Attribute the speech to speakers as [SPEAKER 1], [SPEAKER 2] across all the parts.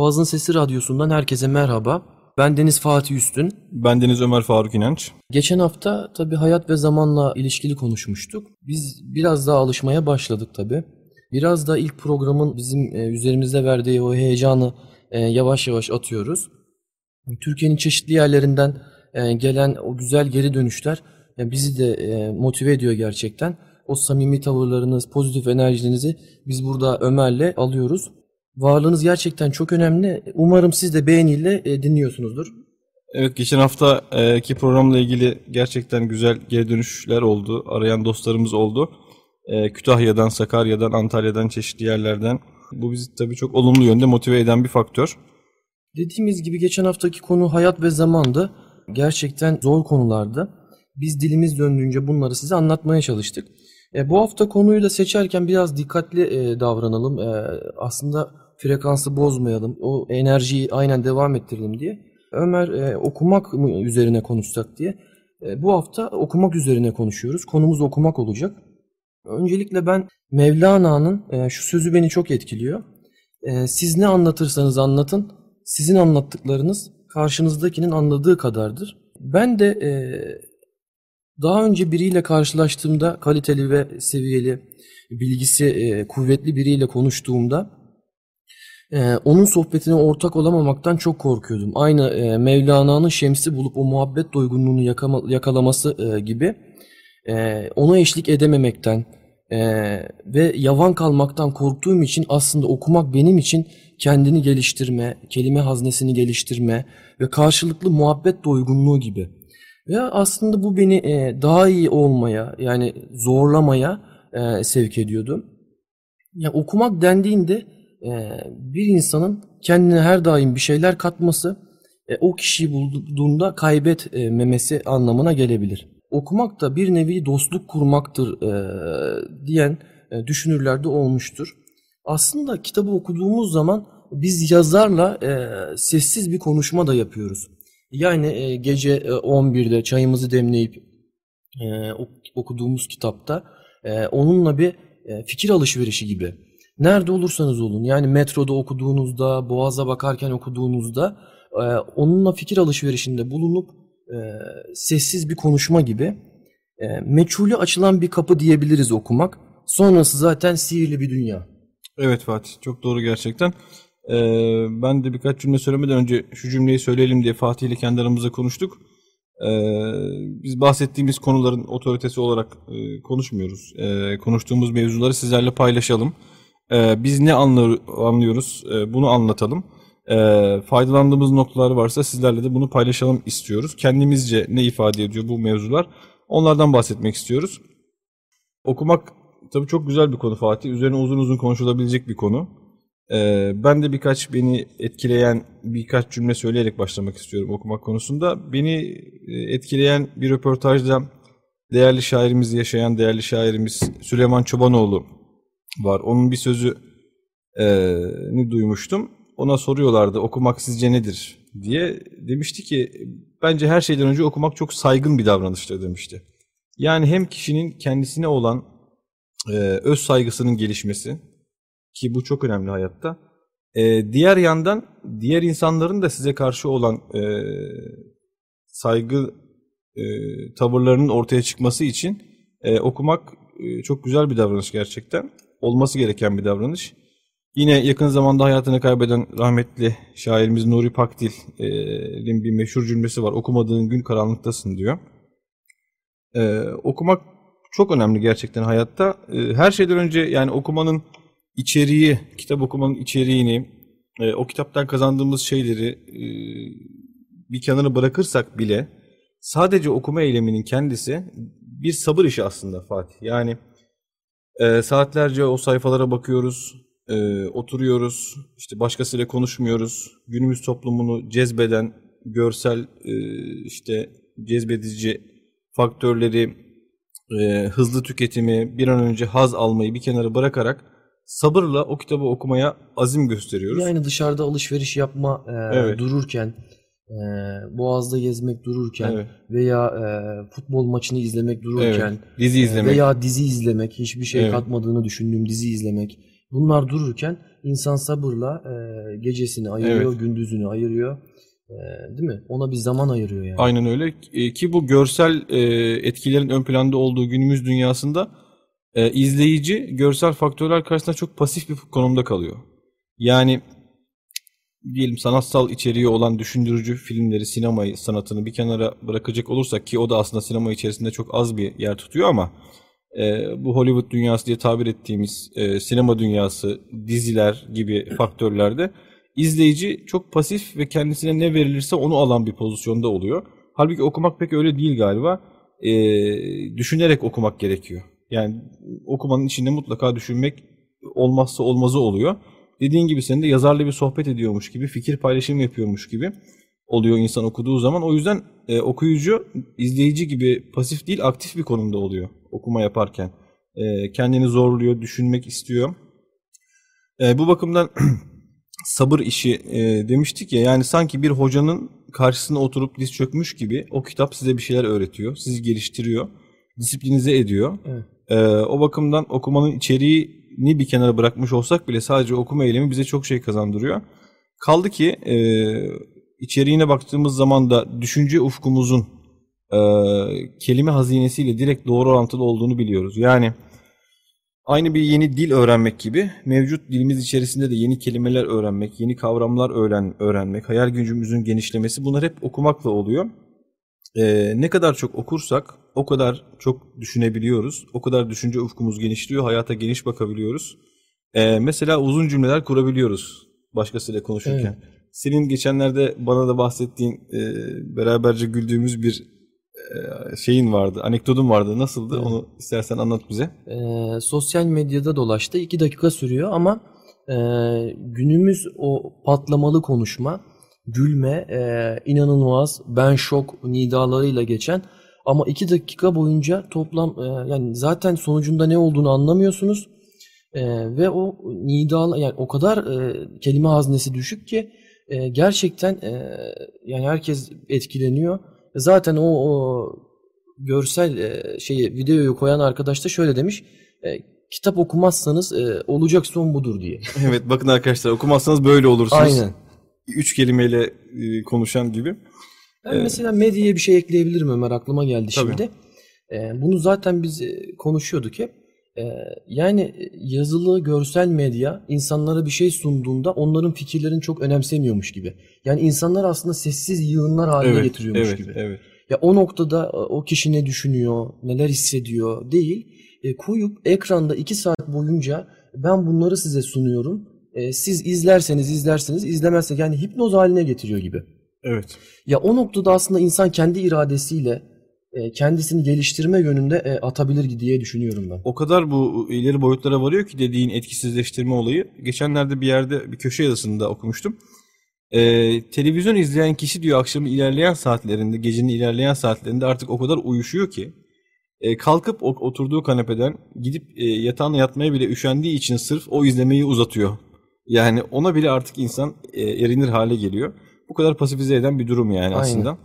[SPEAKER 1] Boğaz'ın Sesi Radyosu'ndan herkese merhaba. Ben Deniz Fatih Üstün.
[SPEAKER 2] Ben Deniz Ömer Faruk İnanç.
[SPEAKER 1] Geçen hafta tabii hayat ve zamanla ilişkili konuşmuştuk. Biz biraz daha alışmaya başladık tabii. Biraz da ilk programın bizim üzerimizde verdiği o heyecanı yavaş yavaş atıyoruz. Türkiye'nin çeşitli yerlerinden gelen o güzel geri dönüşler bizi de motive ediyor gerçekten. O samimi tavırlarınız, pozitif enerjinizi biz burada Ömer'le alıyoruz. Varlığınız gerçekten çok önemli. Umarım siz de beğeniyle dinliyorsunuzdur.
[SPEAKER 2] Evet, geçen haftaki programla ilgili gerçekten güzel geri dönüşler oldu. Arayan dostlarımız oldu. Kütahya'dan, Sakarya'dan, Antalya'dan, çeşitli yerlerden. Bu bizi tabii çok olumlu yönde motive eden bir faktör.
[SPEAKER 1] Dediğimiz gibi geçen haftaki konu hayat ve zamandı. Gerçekten zor konulardı. Biz dilimiz döndüğünce bunları size anlatmaya çalıştık. Bu hafta konuyu da seçerken biraz dikkatli davranalım. Aslında frekansı bozmayalım. O enerjiyi aynen devam ettirelim diye. Ömer okumak mı üzerine konuşsak diye. Bu hafta okumak üzerine konuşuyoruz. Konumuz okumak olacak. Öncelikle ben Mevlana'nın şu sözü beni çok etkiliyor. Siz ne anlatırsanız anlatın, sizin anlattıklarınız karşınızdakinin anladığı kadardır. Ben de daha önce biriyle karşılaştığımda, kaliteli ve seviyeli, bilgisi kuvvetli biriyle konuştuğumda onun sohbetine ortak olamamaktan çok korkuyordum. Aynı Mevlana'nın Şems'i bulup o muhabbet doygunluğunu yakalaması gibi ona eşlik edememekten ve yavan kalmaktan korktuğum için aslında okumak benim için kendini geliştirme, kelime haznesini geliştirme ve karşılıklı muhabbet doygunluğu gibi. Ve aslında bu beni daha iyi olmaya, yani zorlamaya sevk ediyordu. Yani okumak dendiğinde bir insanın kendine her daim bir şeyler katması, o kişiyi bulduğunda kaybetmemesi anlamına gelebilir. Okumak da bir nevi dostluk kurmaktır diyen düşünürler de olmuştur. Aslında kitabı okuduğumuz zaman biz yazarla sessiz bir konuşma da yapıyoruz. Yani gece 11'de çayımızı demleyip okuduğumuz kitapta onunla bir fikir alışverişi gibi. Nerede olursanız olun, yani metroda okuduğunuzda, Boğaz'a bakarken okuduğunuzda onunla fikir alışverişinde bulunup sessiz bir konuşma gibi. Meçhule açılan bir kapı diyebiliriz okumak. Sonrası zaten sihirli bir dünya.
[SPEAKER 2] Evet Fatih, çok doğru gerçekten. Ben de birkaç cümle söylemeden önce şu cümleyi söyleyelim diye Fatih ile kendi aramızda konuştuk. Biz bahsettiğimiz konuların otoritesi olarak konuşmuyoruz. Konuştuğumuz mevzuları sizlerle paylaşalım. Biz ne anlıyoruz bunu anlatalım. Faydalandığımız noktalar varsa sizlerle de bunu paylaşalım istiyoruz. Kendimizce ne ifade ediyor bu mevzular, onlardan bahsetmek istiyoruz. Okumak tabii çok güzel bir konu Fatih. Üzerine uzun uzun konuşulabilecek bir konu. Ben de beni etkileyen birkaç cümle söyleyerek başlamak istiyorum okumak konusunda. Beni etkileyen bir röportajda yaşayan değerli şairimiz Süleyman Çobanoğlu var. Onun bir sözünü duymuştum. Ona soruyorlardı, okumak sizce nedir diye. Demişti ki, bence her şeyden önce okumak çok saygın bir davranıştır demişti. Yani hem kişinin kendisine olan öz saygısının gelişmesi, ki bu çok önemli hayatta. Diğer yandan diğer insanların da size karşı olan saygı tavırlarının ortaya çıkması için okumak çok güzel bir davranış gerçekten. Olması gereken bir davranış. Yine yakın zamanda hayatını kaybeden rahmetli şairimiz Nuri Pakdil'in bir meşhur cümlesi var. Okumadığın gün karanlıktasın diyor. Okumak çok önemli gerçekten hayatta. Her şeyden önce yani okumanın içeriği, kitap okumanın içeriğini, o kitaptan kazandığımız şeyleri bir kenara bırakırsak bile sadece okuma eyleminin kendisi bir sabır işi aslında Fatih. Yani saatlerce o sayfalara bakıyoruz, oturuyoruz, işte başkasıyla konuşmuyoruz. Günümüz toplumunu cezbeden görsel işte cezbedici faktörleri, hızlı tüketimi, bir an önce haz almayı bir kenara bırakarak sabırla o kitabı okumaya azim gösteriyoruz.
[SPEAKER 1] Yani dışarıda alışveriş yapma
[SPEAKER 2] Evet.
[SPEAKER 1] dururken, Boğaz'da gezmek dururken
[SPEAKER 2] Evet.
[SPEAKER 1] veya futbol maçını izlemek dururken
[SPEAKER 2] Evet. Dizi izlemek.
[SPEAKER 1] veya dizi izlemek, hiçbir şey
[SPEAKER 2] Evet.
[SPEAKER 1] katmadığını düşündüğüm dizi izlemek. Bunlar dururken insan sabırla gecesini ayırıyor,
[SPEAKER 2] Evet.
[SPEAKER 1] gündüzünü ayırıyor. Değil mi? Ona bir zaman ayırıyor yani.
[SPEAKER 2] Aynen öyle. Ki bu görsel etkilerin ön planda olduğu günümüz dünyasında izleyici görsel faktörler karşısında çok pasif bir konumda kalıyor. Yani diyelim sanatsal içeriği olan düşündürücü filmleri, sinemayı, sanatını bir kenara bırakacak olursak, ki o da aslında sinema içerisinde çok az bir yer tutuyor ama bu Hollywood dünyası diye tabir ettiğimiz sinema dünyası, diziler gibi faktörlerde izleyici çok pasif ve kendisine ne verilirse onu alan bir pozisyonda oluyor. Halbuki okumak pek öyle değil galiba. Düşünerek okumak gerekiyor. Yani okumanın içinde mutlaka düşünmek olmazsa olmazı oluyor. Dediğin gibi senin de yazarla bir sohbet ediyormuş gibi, fikir paylaşımı yapıyormuş gibi oluyor insan okuduğu zaman. O yüzden okuyucu izleyici gibi pasif değil, aktif bir konumda oluyor okuma yaparken. Kendini zorluyor, düşünmek istiyor. Bu bakımdan sabır işi demiştik ya, yani sanki bir hocanın karşısına oturup diz çökmüş gibi o kitap size bir şeyler öğretiyor, sizi geliştiriyor, disiplinize ediyor.
[SPEAKER 1] Evet.
[SPEAKER 2] O bakımdan okumanın içeriğini bir kenara bırakmış olsak bile sadece okuma eylemi bize çok şey kazandırıyor. Kaldı ki içeriğine baktığımız zaman da düşünce ufkumuzun kelime hazinesiyle direkt doğru orantılı olduğunu biliyoruz. Yani aynı bir yeni dil öğrenmek gibi mevcut dilimiz içerisinde de yeni kelimeler öğrenmek, yeni kavramlar öğrenmek, hayal gücümüzün genişlemesi, bunlar hep okumakla oluyor. Ne kadar çok okursak o kadar çok düşünebiliyoruz. O kadar düşünce ufkumuz genişliyor, hayata geniş bakabiliyoruz. Mesela uzun cümleler kurabiliyoruz başkasıyla konuşurken.
[SPEAKER 1] Evet.
[SPEAKER 2] Senin geçenlerde bana da bahsettiğin beraberce güldüğümüz bir şeyin vardı, anekdotun vardı. Nasıldı?
[SPEAKER 1] Evet.
[SPEAKER 2] Onu istersen anlat bize.
[SPEAKER 1] Sosyal medyada dolaştı. 2 dakika sürüyor ama günümüz o patlamalı konuşma, gülme, inanılmaz, ben şok nidalarıyla geçen ama 2 dakika boyunca toplam yani zaten sonucunda ne olduğunu anlamıyorsunuz. Ve o nidalar yani o kadar kelime haznesi düşük ki gerçekten yani herkes etkileniyor. Zaten o görsel videoyu koyan arkadaş da şöyle demiş. Kitap okumazsanız olacak son budur diye.
[SPEAKER 2] Evet, bakın arkadaşlar, okumazsanız böyle olursunuz.
[SPEAKER 1] Aynen.
[SPEAKER 2] 3 kelimeyle konuşan gibi.
[SPEAKER 1] Ben mesela medyaya bir şey ekleyebilirim Ömer, aklıma geldi
[SPEAKER 2] Tabii.
[SPEAKER 1] şimdi. Bunu zaten biz konuşuyorduk hep. Yani yazılı, görsel medya insanlara bir şey sunduğunda onların fikirlerini çok önemsemiyormuş gibi. Yani insanlar aslında sessiz yığınlar haline getiriyormuş gibi.
[SPEAKER 2] Evet.
[SPEAKER 1] Ya o noktada o kişi ne düşünüyor, neler hissediyor değil. Koyup ekranda 2 saat boyunca ben bunları size sunuyorum. Siz izlerseniz, izlemezsek yani hipnoz haline getiriyor gibi.
[SPEAKER 2] Evet.
[SPEAKER 1] Ya o noktada aslında insan kendi iradesiyle kendisini geliştirme yönünde atabilir diye düşünüyorum ben.
[SPEAKER 2] O kadar bu ileri boyutlara varıyor ki dediğin etkisizleştirme olayı. Geçenlerde bir yerde bir köşe yazısında okumuştum. Televizyon izleyen kişi diyor akşamın ilerleyen saatlerinde, gecenin ilerleyen saatlerinde artık o kadar uyuşuyor ki kalkıp oturduğu kanepeden gidip yatağına yatmaya bile üşendiği için sırf o izlemeyi uzatıyor. Yani ona bile artık insan erinir hale geliyor. Bu kadar pasifize eden bir durum yani aslında.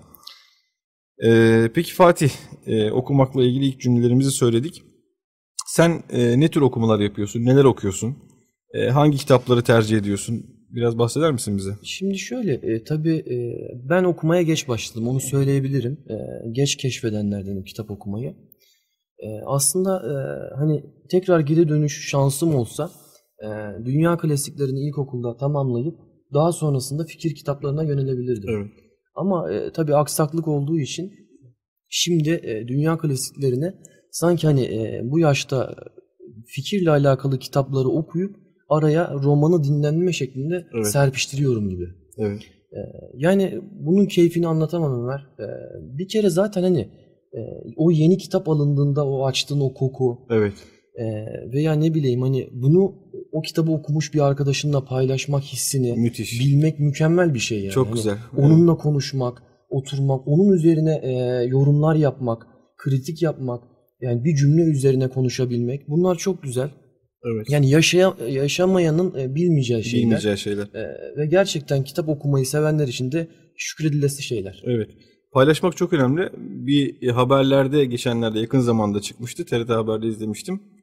[SPEAKER 2] Peki Fatih, okumakla ilgili ilk cümlelerimizi söyledik. Sen ne tür okumalar yapıyorsun? Neler okuyorsun? Hangi kitapları tercih ediyorsun? Biraz bahseder misin bize?
[SPEAKER 1] Şimdi şöyle tabii ben okumaya geç başladım, onu söyleyebilirim. Geç keşfedenlerdenim kitap okumayı. Aslında hani tekrar geri dönüş şansım olsa dünya klasiklerini ilkokulda tamamlayıp daha sonrasında fikir kitaplarına yönelebilirdim.
[SPEAKER 2] Evet.
[SPEAKER 1] Ama tabii aksaklık olduğu için şimdi dünya klasiklerini sanki hani bu yaşta fikirle alakalı kitapları okuyup araya romanı dinlenme şeklinde serpiştiriyorum gibi.
[SPEAKER 2] Evet.
[SPEAKER 1] Yani bunun keyfini anlatamam Ömer. Bir kere zaten hani o yeni kitap alındığında o açtığın o koku
[SPEAKER 2] Evet.
[SPEAKER 1] veya ne bileyim hani bunu o kitabı okumuş bir arkadaşınla paylaşmak hissini
[SPEAKER 2] Müthiş.
[SPEAKER 1] bilmek mükemmel bir şey yani.
[SPEAKER 2] Çok
[SPEAKER 1] Hani
[SPEAKER 2] güzel.
[SPEAKER 1] onunla konuşmak, oturmak, onun üzerine yorumlar yapmak, kritik yapmak, yani bir cümle üzerine konuşabilmek, bunlar çok güzel.
[SPEAKER 2] Evet.
[SPEAKER 1] Yani yaşamayanın bilmeyeceği şeyler.
[SPEAKER 2] Bilmeyeceği şeyler.
[SPEAKER 1] Ve gerçekten kitap okumayı sevenler için de şükredilesi şeyler.
[SPEAKER 2] Evet. Paylaşmak çok önemli. Bir haberlerde geçenlerde yakın zamanda çıkmıştı. TRT Haber'de izlemiştim.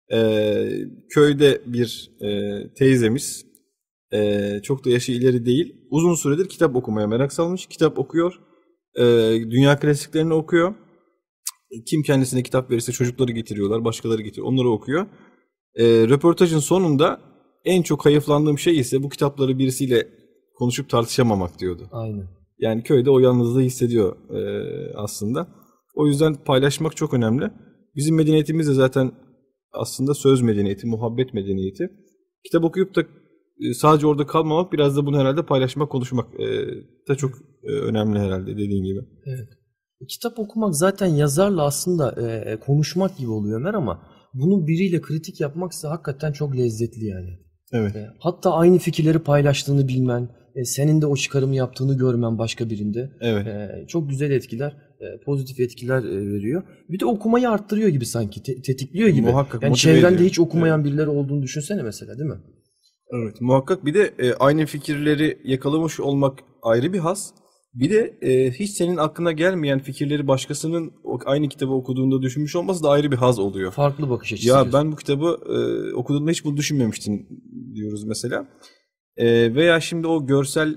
[SPEAKER 2] Köyde bir teyzemiz, çok da yaşı ileri değil, uzun süredir kitap okumaya merak salmış. Kitap okuyor, dünya klasiklerini okuyor. Kim kendisine kitap verirse çocukları getiriyorlar, başkaları getiriyor, onları okuyor. Röportajın sonunda en çok hayıflandığım şey ise bu kitapları birisiyle konuşup tartışamamak diyordu.
[SPEAKER 1] Aynen.
[SPEAKER 2] Yani köyde o yalnızlığı hissediyor aslında. O yüzden paylaşmak çok önemli. Bizim medeniyetimiz de zaten aslında söz medeniyeti, muhabbet medeniyeti. Kitap okuyup da sadece orada kalmamak, biraz da bunu herhalde paylaşmak, konuşmak da çok önemli herhalde, dediğin gibi.
[SPEAKER 1] Evet. Kitap okumak zaten yazarla aslında konuşmak gibi oluyor Ömer, ama bunu biriyle kritik yapmaksa hakikaten çok lezzetli yani.
[SPEAKER 2] Evet.
[SPEAKER 1] Hatta aynı fikirleri paylaştığını bilmen, senin de o çıkarımı yaptığını görmen başka birinde.
[SPEAKER 2] Evet.
[SPEAKER 1] Çok güzel etkiler, pozitif etkiler veriyor. Bir de okumayı arttırıyor gibi sanki, tetikliyor gibi.
[SPEAKER 2] Muhakkak,
[SPEAKER 1] yani
[SPEAKER 2] motive
[SPEAKER 1] çevrende
[SPEAKER 2] ediyor.
[SPEAKER 1] hiç okumayan birileri olduğunu düşünsene mesela, değil mi?
[SPEAKER 2] Evet, muhakkak. Bir de aynı fikirleri yakalamış olmak ayrı bir haz. Bir de hiç senin aklına gelmeyen fikirleri başkasının aynı kitabı okuduğunda düşünmüş olması da ayrı bir haz oluyor.
[SPEAKER 1] Farklı bakış açısı.
[SPEAKER 2] Ya ben bu kitabı okuduğumda hiç bunu düşünmemiştim diyoruz mesela. Veya şimdi o görsel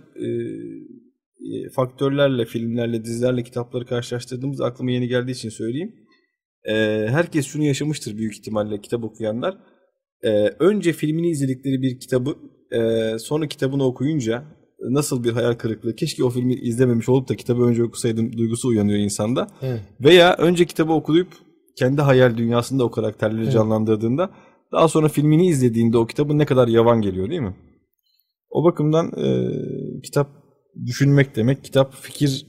[SPEAKER 2] faktörlerle, filmlerle, dizilerle kitapları karşılaştırdığımız aklıma yeni geldiği için söyleyeyim. Herkes şunu yaşamıştır büyük ihtimalle, kitap okuyanlar. Önce filmini izledikleri bir kitabı sonra kitabını okuyunca nasıl bir hayal kırıklığı, keşke o filmi izlememiş olup da kitabı önce okusaydım duygusu uyanıyor insanda.
[SPEAKER 1] Evet.
[SPEAKER 2] Veya önce kitabı okuyup kendi hayal dünyasında o karakterleri canlandırdığında daha sonra filmini izlediğinde o kitabın ne kadar yavan geliyor, değil mi? O bakımdan kitap düşünmek demek, kitap fikir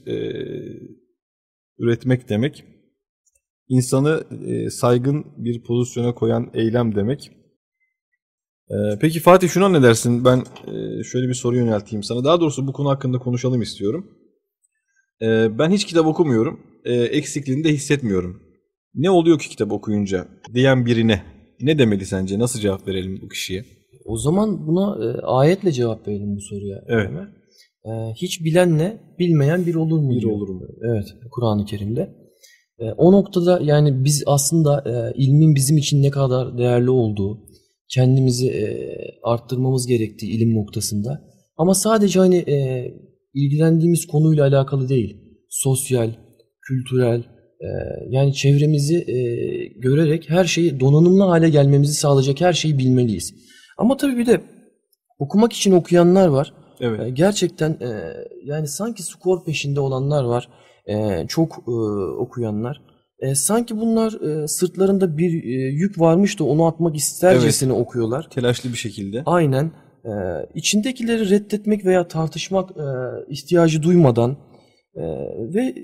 [SPEAKER 2] üretmek demek, insanı saygın bir pozisyona koyan eylem demek. Peki Fatih, şuna ne dersin? Ben şöyle bir soru yönelteyim sana. Daha doğrusu bu konu hakkında konuşalım istiyorum. Ben hiç kitap okumuyorum. Eksikliğini de hissetmiyorum. Ne oluyor ki kitap okuyunca diyen birine ne demeli sence? Nasıl cevap verelim bu kişiye?
[SPEAKER 1] O zaman buna ayetle cevap verelim bu soruya.
[SPEAKER 2] Evet.
[SPEAKER 1] Ömer. Hiç bilenle bilmeyen bir olur mu?
[SPEAKER 2] Bir
[SPEAKER 1] diyor.
[SPEAKER 2] olur mu?
[SPEAKER 1] Evet, Kur'an-ı Kerim'de. O noktada yani biz aslında ilmin bizim için ne kadar değerli olduğu, kendimizi arttırmamız gerektiği ilim noktasında. Ama sadece hani ilgilendiğimiz konuyla alakalı değil. Sosyal, kültürel, yani çevremizi görerek her şeyi, donanımlı hale gelmemizi sağlayacak her şeyi bilmeliyiz. Ama tabii bir de okumak için okuyanlar var.
[SPEAKER 2] Evet.
[SPEAKER 1] Gerçekten yani sanki skor peşinde olanlar var. Çok okuyanlar. Sanki bunlar sırtlarında bir yük varmış da onu atmak istercesine okuyorlar.
[SPEAKER 2] Telaşlı bir şekilde.
[SPEAKER 1] Aynen. İçindekileri reddetmek veya tartışmak ihtiyacı duymadan ve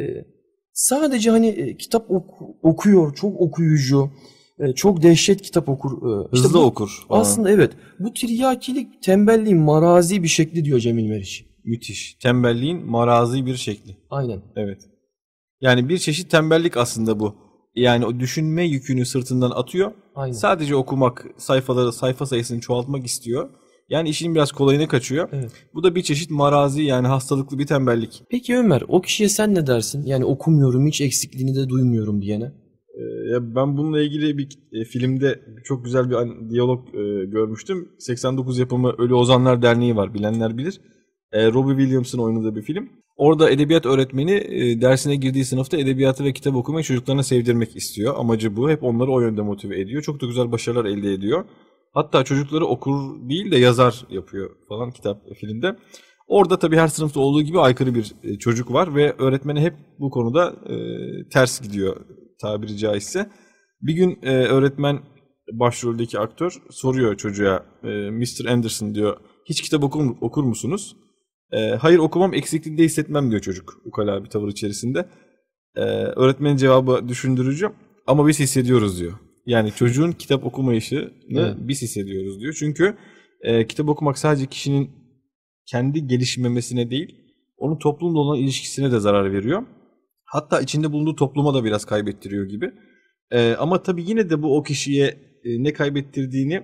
[SPEAKER 1] sadece hani kitap okuyor, çok okuyucu, çok dehşet kitap okur. İşte
[SPEAKER 2] Hızlı
[SPEAKER 1] bu,
[SPEAKER 2] okur falan.
[SPEAKER 1] aslında evet. Bu tiryakilik, tembelliğin marazi bir şekli diyor Cemil Meriç.
[SPEAKER 2] Müthiş. Tembelliğin marazi bir şekli.
[SPEAKER 1] Aynen.
[SPEAKER 2] Evet. Yani bir çeşit tembellik aslında bu. Yani o düşünme yükünü sırtından atıyor.
[SPEAKER 1] Aynen.
[SPEAKER 2] Sadece okumak, sayfa sayısını çoğaltmak istiyor. Yani işin biraz kolayına kaçıyor.
[SPEAKER 1] Evet.
[SPEAKER 2] Bu da bir çeşit marazi, yani hastalıklı bir tembellik.
[SPEAKER 1] Peki Ömer, o kişiye sen ne dersin? Yani okumuyorum, hiç eksikliğini de duymuyorum diyene.
[SPEAKER 2] Ya ben bununla ilgili bir filmde çok güzel bir diyalog görmüştüm. 89 yapımı Ölü Ozanlar Derneği var, bilenler bilir. Robbie Williams'ın oynadığı bir film. Orada edebiyat öğretmeni dersine girdiği sınıfta edebiyatı ve kitap okumayı çocuklarına sevdirmek istiyor. Amacı bu. Hep onları o yönde motive ediyor. Çok da güzel başarılar elde ediyor. Hatta çocukları okur değil de yazar yapıyor falan filmde. Orada tabii her sınıfta olduğu gibi aykırı bir çocuk var ve öğretmeni hep bu konuda ters gidiyor tabiri caizse. Bir gün öğretmen, başroldeki aktör, soruyor çocuğa, Mr. Anderson diyor, hiç kitap okur musunuz? Hayır, okumam, eksikliğinde hissetmem diyor çocuk ukala bir tavır içerisinde. Öğretmenin cevabı düşündürücü, ama biz hissediyoruz diyor. Yani çocuğun kitap okumayışını biz hissediyoruz diyor. Çünkü kitap okumak sadece kişinin kendi gelişmemesine değil, onun toplumla olan ilişkisine de zarar veriyor. Hatta içinde bulunduğu topluma da biraz kaybettiriyor gibi. Ama tabii yine de bu o kişiye ne kaybettirdiğini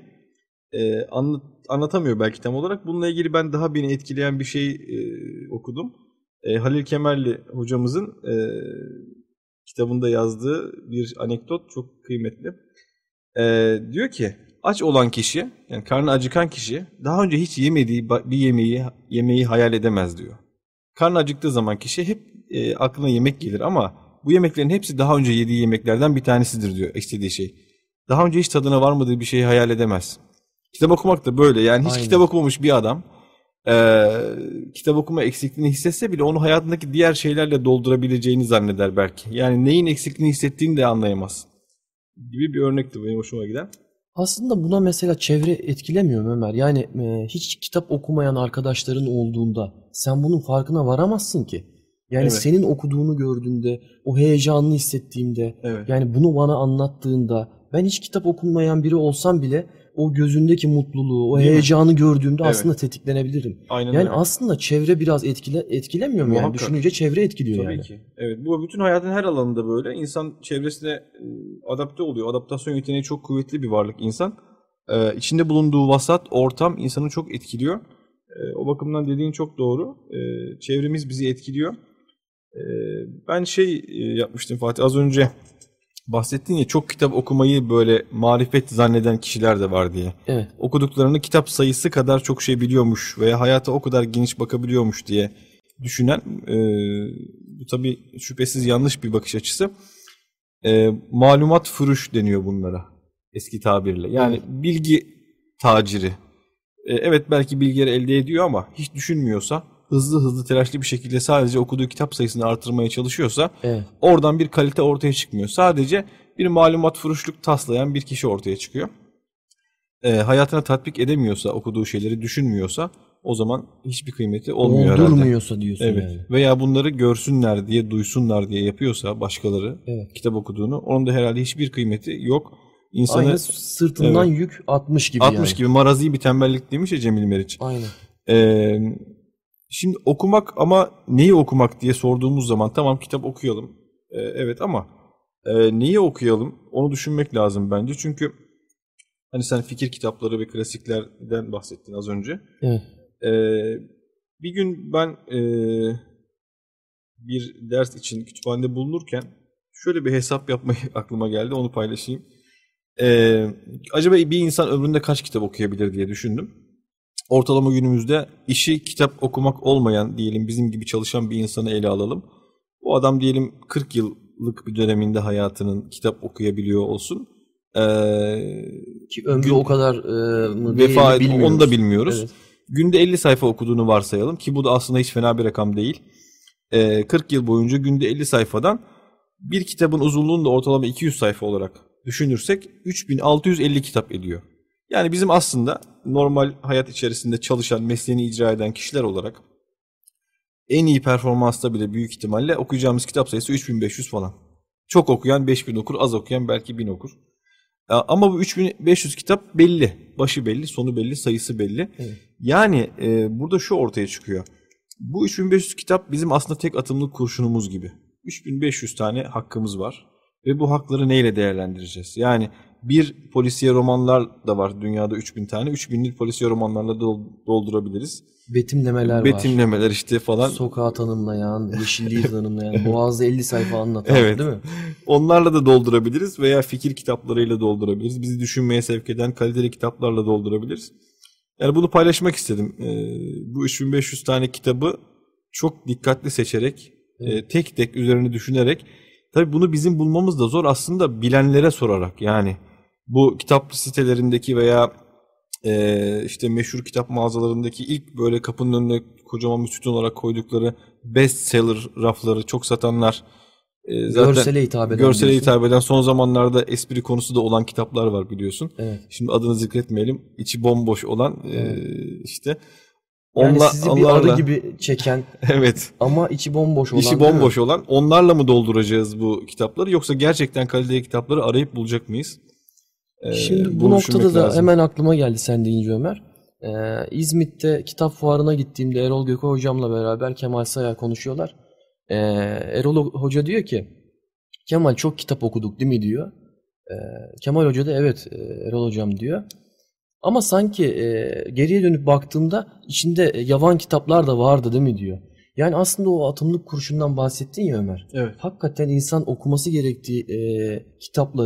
[SPEAKER 2] anlatamıyor belki tam olarak. Bununla ilgili ben daha beni etkileyen bir şey okudum. Halil Kemerli hocamızın kitabında yazdığı bir anekdot çok kıymetli. Diyor ki aç olan kişi, yani karnı acıkan kişi daha önce hiç yemediği bir yemeği hayal edemez diyor. Karnı acıktığı zaman kişi hep aklına yemek gelir ama bu yemeklerin hepsi daha önce yediği yemeklerden bir tanesidir diyor istediği şey. Daha önce hiç tadına varmadığı bir şeyi hayal edemez. Kitap okumak da böyle. Yani hiç
[SPEAKER 1] Aynen.
[SPEAKER 2] kitap okumamış bir adam kitap okuma eksikliğini hissetse bile onu hayatındaki diğer şeylerle doldurabileceğini zanneder belki. Yani neyin eksikliğini hissettiğini de anlayamaz. Gibi bir örnekti benim hoşuma giden.
[SPEAKER 1] Aslında buna mesela çevre etkilemiyor mu Ömer? Yani hiç kitap okumayan arkadaşların olduğunda sen bunun farkına varamazsın ki. Yani
[SPEAKER 2] Evet.
[SPEAKER 1] senin okuduğunu gördüğümde, o heyecanını hissettiğimde,
[SPEAKER 2] Evet.
[SPEAKER 1] yani bunu bana anlattığında, ben hiç kitap okumayan biri olsam bile o gözündeki mutluluğu, o
[SPEAKER 2] Değil mi?
[SPEAKER 1] heyecanı gördüğümde
[SPEAKER 2] Evet.
[SPEAKER 1] aslında tetiklenebilirim.
[SPEAKER 2] Aynen
[SPEAKER 1] Yani
[SPEAKER 2] öyle.
[SPEAKER 1] aslında çevre biraz etkilemiyor mu yani?
[SPEAKER 2] Muhakkak.
[SPEAKER 1] Düşününce çevre etkiliyor
[SPEAKER 2] Tabii
[SPEAKER 1] yani.
[SPEAKER 2] ki. Evet, bu bütün hayatın her alanında böyle. İnsan çevresine adapte oluyor. Adaptasyon yeteneği çok kuvvetli bir varlık insan. İçinde bulunduğu vasat, ortam insanı çok etkiliyor. O bakımdan dediğin çok doğru. Çevremiz bizi etkiliyor. Ben yapmıştım Fatih, az önce bahsettin ya, çok kitap okumayı böyle marifet zanneden kişiler de var diye.
[SPEAKER 1] Evet.
[SPEAKER 2] Okuduklarını kitap sayısı kadar çok şey biliyormuş veya hayata o kadar geniş bakabiliyormuş diye düşünen, bu tabii şüphesiz yanlış bir bakış açısı. Malumat furuş deniyor bunlara eski tabirle. Yani bilgi taciri. Evet, belki bilgileri elde ediyor ama hiç düşünmüyorsa, hızlı telaşlı bir şekilde sadece okuduğu kitap sayısını artırmaya çalışıyorsa
[SPEAKER 1] Evet.
[SPEAKER 2] oradan bir kalite ortaya çıkmıyor. Sadece bir malumat furuşluk taslayan bir kişi ortaya çıkıyor. Hayatına tatbik edemiyorsa, okuduğu şeyleri düşünmüyorsa o zaman hiçbir kıymeti olmuyor herhalde.
[SPEAKER 1] Doldurmuyorsa diyorsun
[SPEAKER 2] Evet.
[SPEAKER 1] yani.
[SPEAKER 2] Veya bunları görsünler diye, duysunlar diye yapıyorsa başkaları
[SPEAKER 1] Evet.
[SPEAKER 2] kitap okuduğunu, onun da herhalde hiçbir kıymeti yok. İnsanı
[SPEAKER 1] Aynı sırtından yük atmış gibi
[SPEAKER 2] 60
[SPEAKER 1] yani.
[SPEAKER 2] gibi marazi bir tembellik demiş ya Cemil Meriç.
[SPEAKER 1] Aynen.
[SPEAKER 2] Şimdi okumak, ama neyi okumak diye sorduğumuz zaman tamam kitap okuyalım. Evet ama neyi okuyalım onu düşünmek lazım bence. Çünkü hani sen fikir kitapları ve klasiklerden bahsettin az önce.
[SPEAKER 1] Evet.
[SPEAKER 2] Bir gün ben bir ders için kütüphanede bulunurken şöyle bir hesap yapmayı aklıma geldi, onu paylaşayım. Acaba bir insan ömründe kaç kitap okuyabilir diye düşündüm. Ortalama günümüzde işi kitap okumak olmayan, diyelim bizim gibi çalışan bir insanı ele alalım. Bu adam diyelim 40 yıllık bir döneminde hayatının kitap okuyabiliyor olsun.
[SPEAKER 1] Ki ömrü o kadar mı
[SPEAKER 2] vefa
[SPEAKER 1] değil
[SPEAKER 2] onu da bilmiyoruz.
[SPEAKER 1] Evet.
[SPEAKER 2] Günde 50 sayfa okuduğunu varsayalım ki bu da aslında hiç fena bir rakam değil. 40 yıl boyunca günde 50 sayfadan bir kitabın uzunluğunu da ortalama 200 sayfa olarak düşünürsek 3650 kitap ediyor. Yani bizim aslında normal hayat içerisinde çalışan, mesleğini icra eden kişiler olarak en iyi performansta bile büyük ihtimalle okuyacağımız kitap sayısı 3500 falan. Çok okuyan 5000 okur, az okuyan belki 1000 okur. Ama bu 3500 kitap belli. Başı belli, sonu belli, sayısı belli.
[SPEAKER 1] Evet.
[SPEAKER 2] Yani burada şu ortaya çıkıyor. Bu 3500 kitap bizim aslında tek atımlık kurşunumuz gibi. 3500 tane hakkımız var. Ve bu hakları neyle değerlendireceğiz? Yani bir polisiye romanlar da var dünyada 3000 tane. 3000'lik polisiye romanlarla doldurabiliriz.
[SPEAKER 1] Betimlemeler var.
[SPEAKER 2] Betimlemeler işte falan.
[SPEAKER 1] Sokağı tanımlayan, yeşilliği tanımlayan, Boğaz'da 50 sayfa anlatan,
[SPEAKER 2] Evet.
[SPEAKER 1] değil mi?
[SPEAKER 2] Onlarla da doldurabiliriz veya fikir kitaplarıyla doldurabiliriz. Bizi düşünmeye sevk eden kaliteli kitaplarla doldurabiliriz. Yani bunu paylaşmak istedim. Bu 3500 tane kitabı çok dikkatli seçerek, tek tek üzerine düşünerek, tabii bunu bizim bulmamız da zor aslında, bilenlere sorarak. Yani bu kitap sitelerindeki veya işte meşhur kitap mağazalarındaki ilk böyle kapının önüne kocaman bir sütun olarak koydukları bestseller rafları, çok satanlar, zaten görsele hitap eden, son zamanlarda espri konusu da olan kitaplar var biliyorsun.
[SPEAKER 1] Evet.
[SPEAKER 2] Şimdi adını zikretmeyelim. İçi bomboş olan işte.
[SPEAKER 1] Yani sizi bir arı gibi çeken
[SPEAKER 2] evet.
[SPEAKER 1] Ama içi bomboş olan.
[SPEAKER 2] İçi bomboş olan. Onlarla mı dolduracağız bu kitapları, yoksa gerçekten kaliteli kitapları arayıp bulacak mıyız?
[SPEAKER 1] Şimdi bu noktada da hemen aklıma geldi sen deyince Ömer. İzmit'te kitap fuarına gittiğimde Erol Gökay hocamla beraber Kemal Sayar konuşuyorlar. Erol Hoca diyor ki, Kemal çok kitap okuduk değil mi diyor. Kemal Hoca da evet Erol hocam diyor. Ama sanki geriye dönüp baktığımda içinde yavan kitaplar da vardı değil mi diyor. Yani aslında o atımlık kurşundan bahsettin ya Ömer.
[SPEAKER 2] Evet.
[SPEAKER 1] Hakikaten insan okuması gerektiği kitapları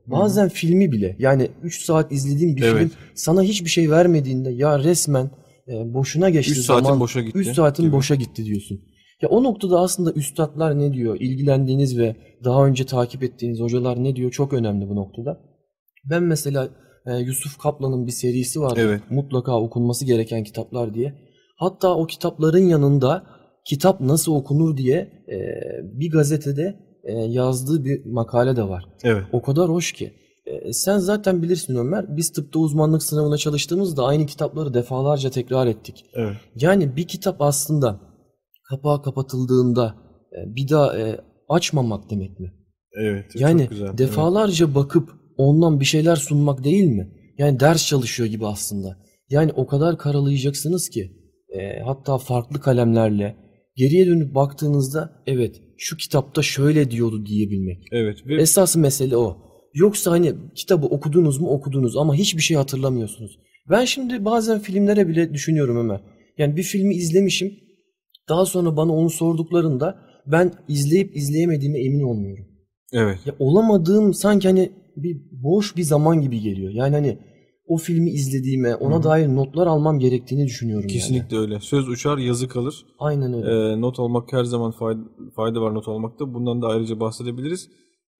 [SPEAKER 1] Bazen filmi bile, yani 3 saat izlediğin bir film sana hiçbir şey vermediğinde ya resmen boşuna geçti
[SPEAKER 2] 3 saatin
[SPEAKER 1] zaman,
[SPEAKER 2] boşa gitti
[SPEAKER 1] 3 saatin
[SPEAKER 2] gibi.
[SPEAKER 1] boşa gitti diyorsun. Ya o noktada aslında üstadlar ne diyor, ilgilendiğiniz ve daha önce takip ettiğiniz hocalar ne diyor çok önemli bu noktada. Ben mesela Yusuf Kaplan'ın bir serisi vardı.
[SPEAKER 2] Evet.
[SPEAKER 1] Mutlaka okunması gereken kitaplar diye. Hatta o kitapların yanında kitap nasıl okunur diye bir gazetede yazdığı bir makale de var.
[SPEAKER 2] Evet.
[SPEAKER 1] O kadar hoş ki. Sen zaten bilirsin Ömer, biz tıpta uzmanlık sınavına çalıştığımızda aynı kitapları defalarca tekrar ettik.
[SPEAKER 2] Evet.
[SPEAKER 1] Yani bir kitap aslında kapağı kapatıldığında bir daha açmamak demek mi?
[SPEAKER 2] Evet.
[SPEAKER 1] Yani
[SPEAKER 2] çok güzel.
[SPEAKER 1] defalarca bakıp ondan bir şeyler sunmak değil mi? Yani ders çalışıyor gibi aslında. Yani o kadar karalayacaksınız ki hatta farklı kalemlerle geriye dönüp baktığınızda evet şu kitapta şöyle diyordu diyebilmek.
[SPEAKER 2] Evet. Ve
[SPEAKER 1] Esas mesele o. Yoksa hani kitabı okudunuz mu okudunuz ama hiçbir şey hatırlamıyorsunuz. Ben şimdi bazen filmlere bile düşünüyorum Ömer. Yani bir filmi izlemişim. Daha sonra bana onu sorduklarında ben izleyip izleyemediğime emin olmuyorum.
[SPEAKER 2] evet.
[SPEAKER 1] Ya olamadığım sanki hani bir boş bir zaman gibi geliyor. Yani hani o filmi izlediğime, ona dair notlar almam gerektiğini düşünüyorum.
[SPEAKER 2] Kesinlikle
[SPEAKER 1] yani.
[SPEAKER 2] öyle. Söz uçar, yazı kalır.
[SPEAKER 1] Aynen öyle.
[SPEAKER 2] Not almak her zaman fayda var not almakta. Bundan da ayrıca bahsedebiliriz.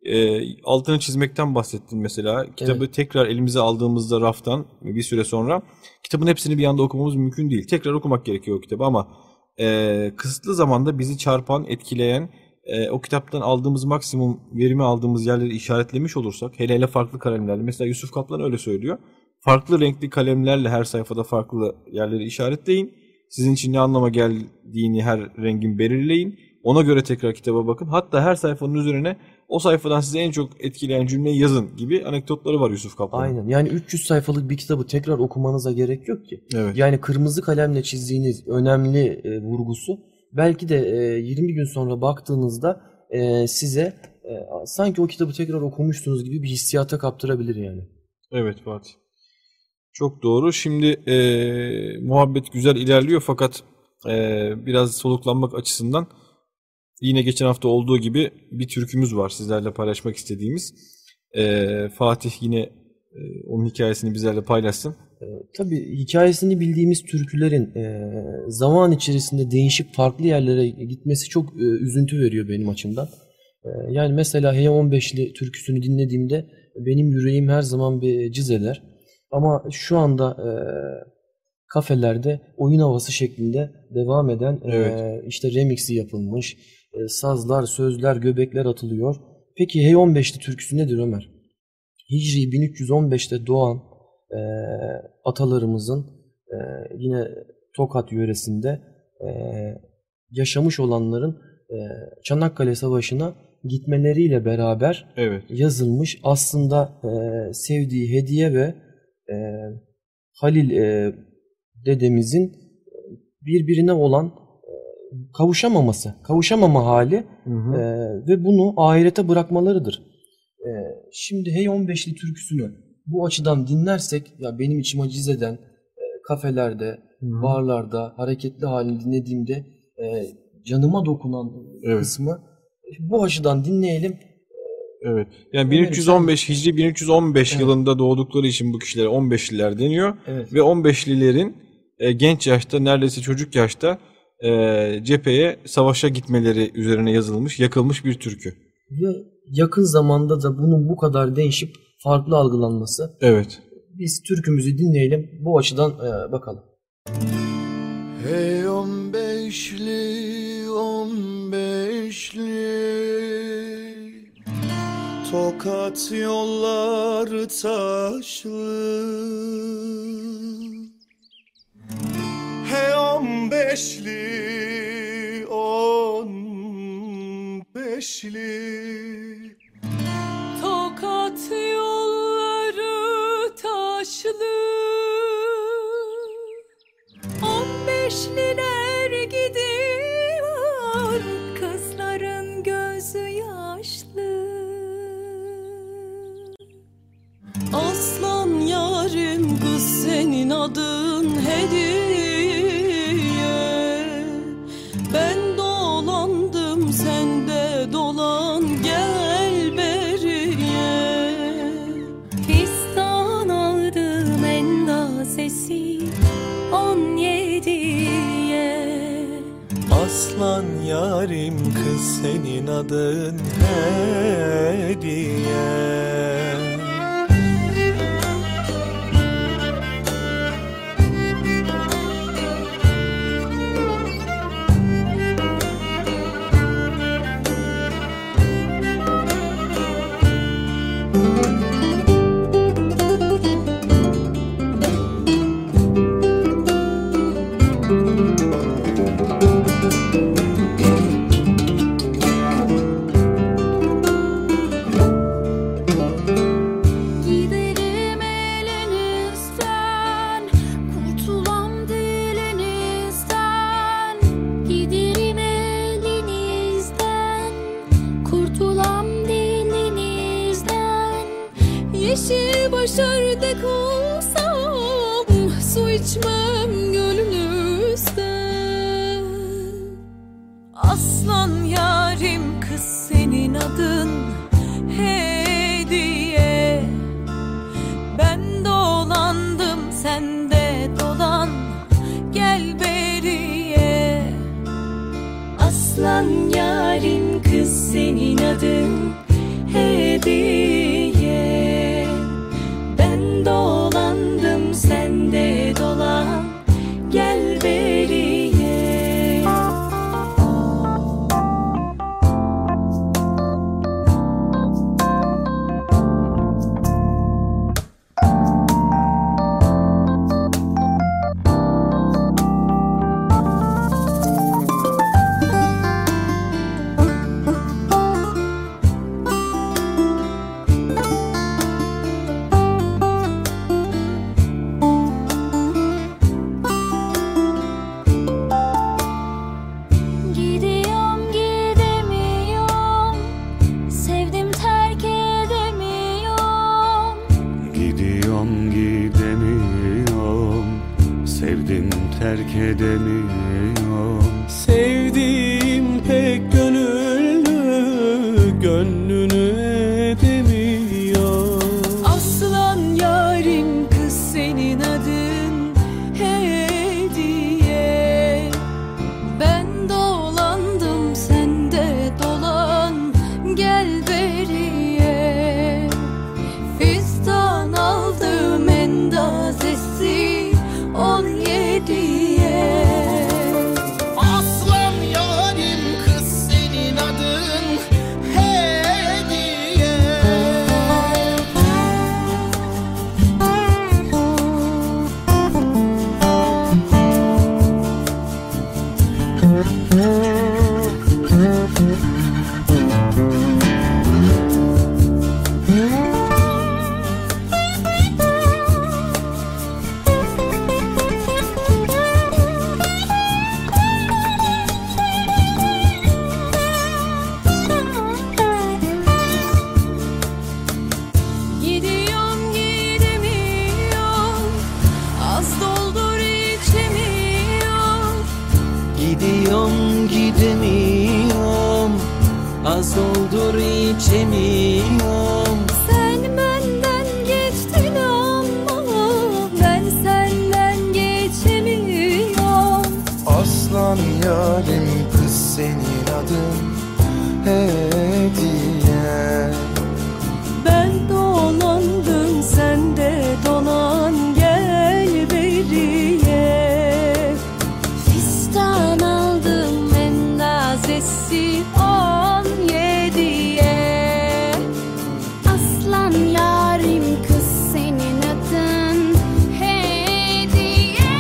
[SPEAKER 2] Altını çizmekten bahsettin mesela. Kitabı tekrar elimize aldığımızda raftan bir süre sonra kitabın hepsini bir anda okumamız mümkün değil. Tekrar okumak gerekiyor o kitabı ama kısıtlı zamanda bizi çarpan, etkileyen, o kitaptan aldığımız maksimum verimi aldığımız yerleri işaretlemiş olursak, hele farklı kalemlerle, mesela Yusuf Kaplan öyle söylüyor. Farklı renkli kalemlerle her sayfada farklı yerleri işaretleyin. Sizin için ne anlama geldiğini her rengin belirleyin. Ona göre tekrar kitaba bakın. Hatta her sayfanın üzerine o sayfadan size en çok etkileyen cümleyi yazın gibi anekdotları var Yusuf Kaplan'ın.
[SPEAKER 1] Aynen. Yani 300 sayfalık bir kitabı tekrar okumanıza gerek yok ki.
[SPEAKER 2] Evet.
[SPEAKER 1] Yani kırmızı kalemle çizdiğiniz önemli vurgusu belki de 20 gün sonra baktığınızda size sanki o kitabı tekrar okumuşsunuz gibi bir hissiyata kaptırabilir yani.
[SPEAKER 2] Evet Fatih. Çok doğru. Şimdi muhabbet güzel ilerliyor fakat biraz soluklanmak açısından yine geçen hafta olduğu gibi bir türkümüz var sizlerle paylaşmak istediğimiz. Fatih yine onun hikayesini bizlerle paylaşsın.
[SPEAKER 1] Tabii hikayesini bildiğimiz türkülerin zaman içerisinde değişip farklı yerlere gitmesi çok üzüntü veriyor benim açımdan. Yani mesela H15'li türküsünü dinlediğimde benim yüreğim her zaman bir cız eder. Ama şu anda kafelerde oyun havası şeklinde devam eden işte remix'i yapılmış, sazlar, sözler, göbekler atılıyor. Peki H15'li türküsü nedir Ömer? Hicri 1315'te doğan atalarımızın yine Tokat yöresinde yaşamış olanların Çanakkale Savaşı'na gitmeleriyle beraber yazılmış. Aslında sevdiği hediye ve Halil dedemizin birbirine olan kavuşamama hali ve bunu ahirete bırakmalarıdır. Şimdi H15'li türküsünü bu açıdan dinlersek ya benim içim aciz eden kafelerde, barlarda hareketli halini dinlediğimde canıma dokunan kısmı bu açıdan dinleyelim.
[SPEAKER 2] Evet. Yani 1315 Hicri 1315 yılında doğdukları için bu kişilere 15'liler deniyor.
[SPEAKER 1] Evet.
[SPEAKER 2] Ve 15'lilerin genç yaşta, neredeyse çocuk yaşta cepheye savaşa gitmeleri üzerine yazılmış, yakılmış bir türkü.
[SPEAKER 1] Ve yakın zamanda da bunun bu kadar değişip farklı algılanması.
[SPEAKER 2] Evet.
[SPEAKER 1] Biz türkümüzü dinleyelim. Bu açıdan bakalım.
[SPEAKER 3] Hey 15'li Tokat yolları taşlı Hey 15'li
[SPEAKER 4] Tokat yolları taşlı 15'liler gidiyor kızların gözü yaşlı Aslan yarim kız senin adın hediye Ben dolandım sen de dolan gel beriye
[SPEAKER 3] yarim kız senin adın Hediye.
[SPEAKER 4] Yeşil başardek olsam su içmem gönlünüzden. Aslan yarim kız senin adın Hediye. Ben dolandım sen de dolan gel beriye. Aslan yarim kız senin adın Hediye. Ben dolandım sen de dolan gel beriye.
[SPEAKER 3] Terk edemiyorum. Sevdiğim pek gönüllü, gönlünü edemiyor.
[SPEAKER 4] Aslan yarim kız senin adın Hediye. Ben dolandım sen de dolan gel beriye. Fistan aldım endazesi 17'ye.
[SPEAKER 3] Aslan yarim kız senin adın Hediye.
[SPEAKER 4] Gidiyorum gidemiyorum, az doldur içemiyorum.
[SPEAKER 5] Gidiyorum gidemiyorum, az doldur içemiyorum.
[SPEAKER 4] Sen benden geçtin ama ben senden geçemiyorum.
[SPEAKER 3] Aslan yarim kız senin adın Hediye.
[SPEAKER 4] Ben dolandım sen de dolan gel beriye. Fistan aldım endazesi 17'ye. Aslan yarim kız senin adın Hediye.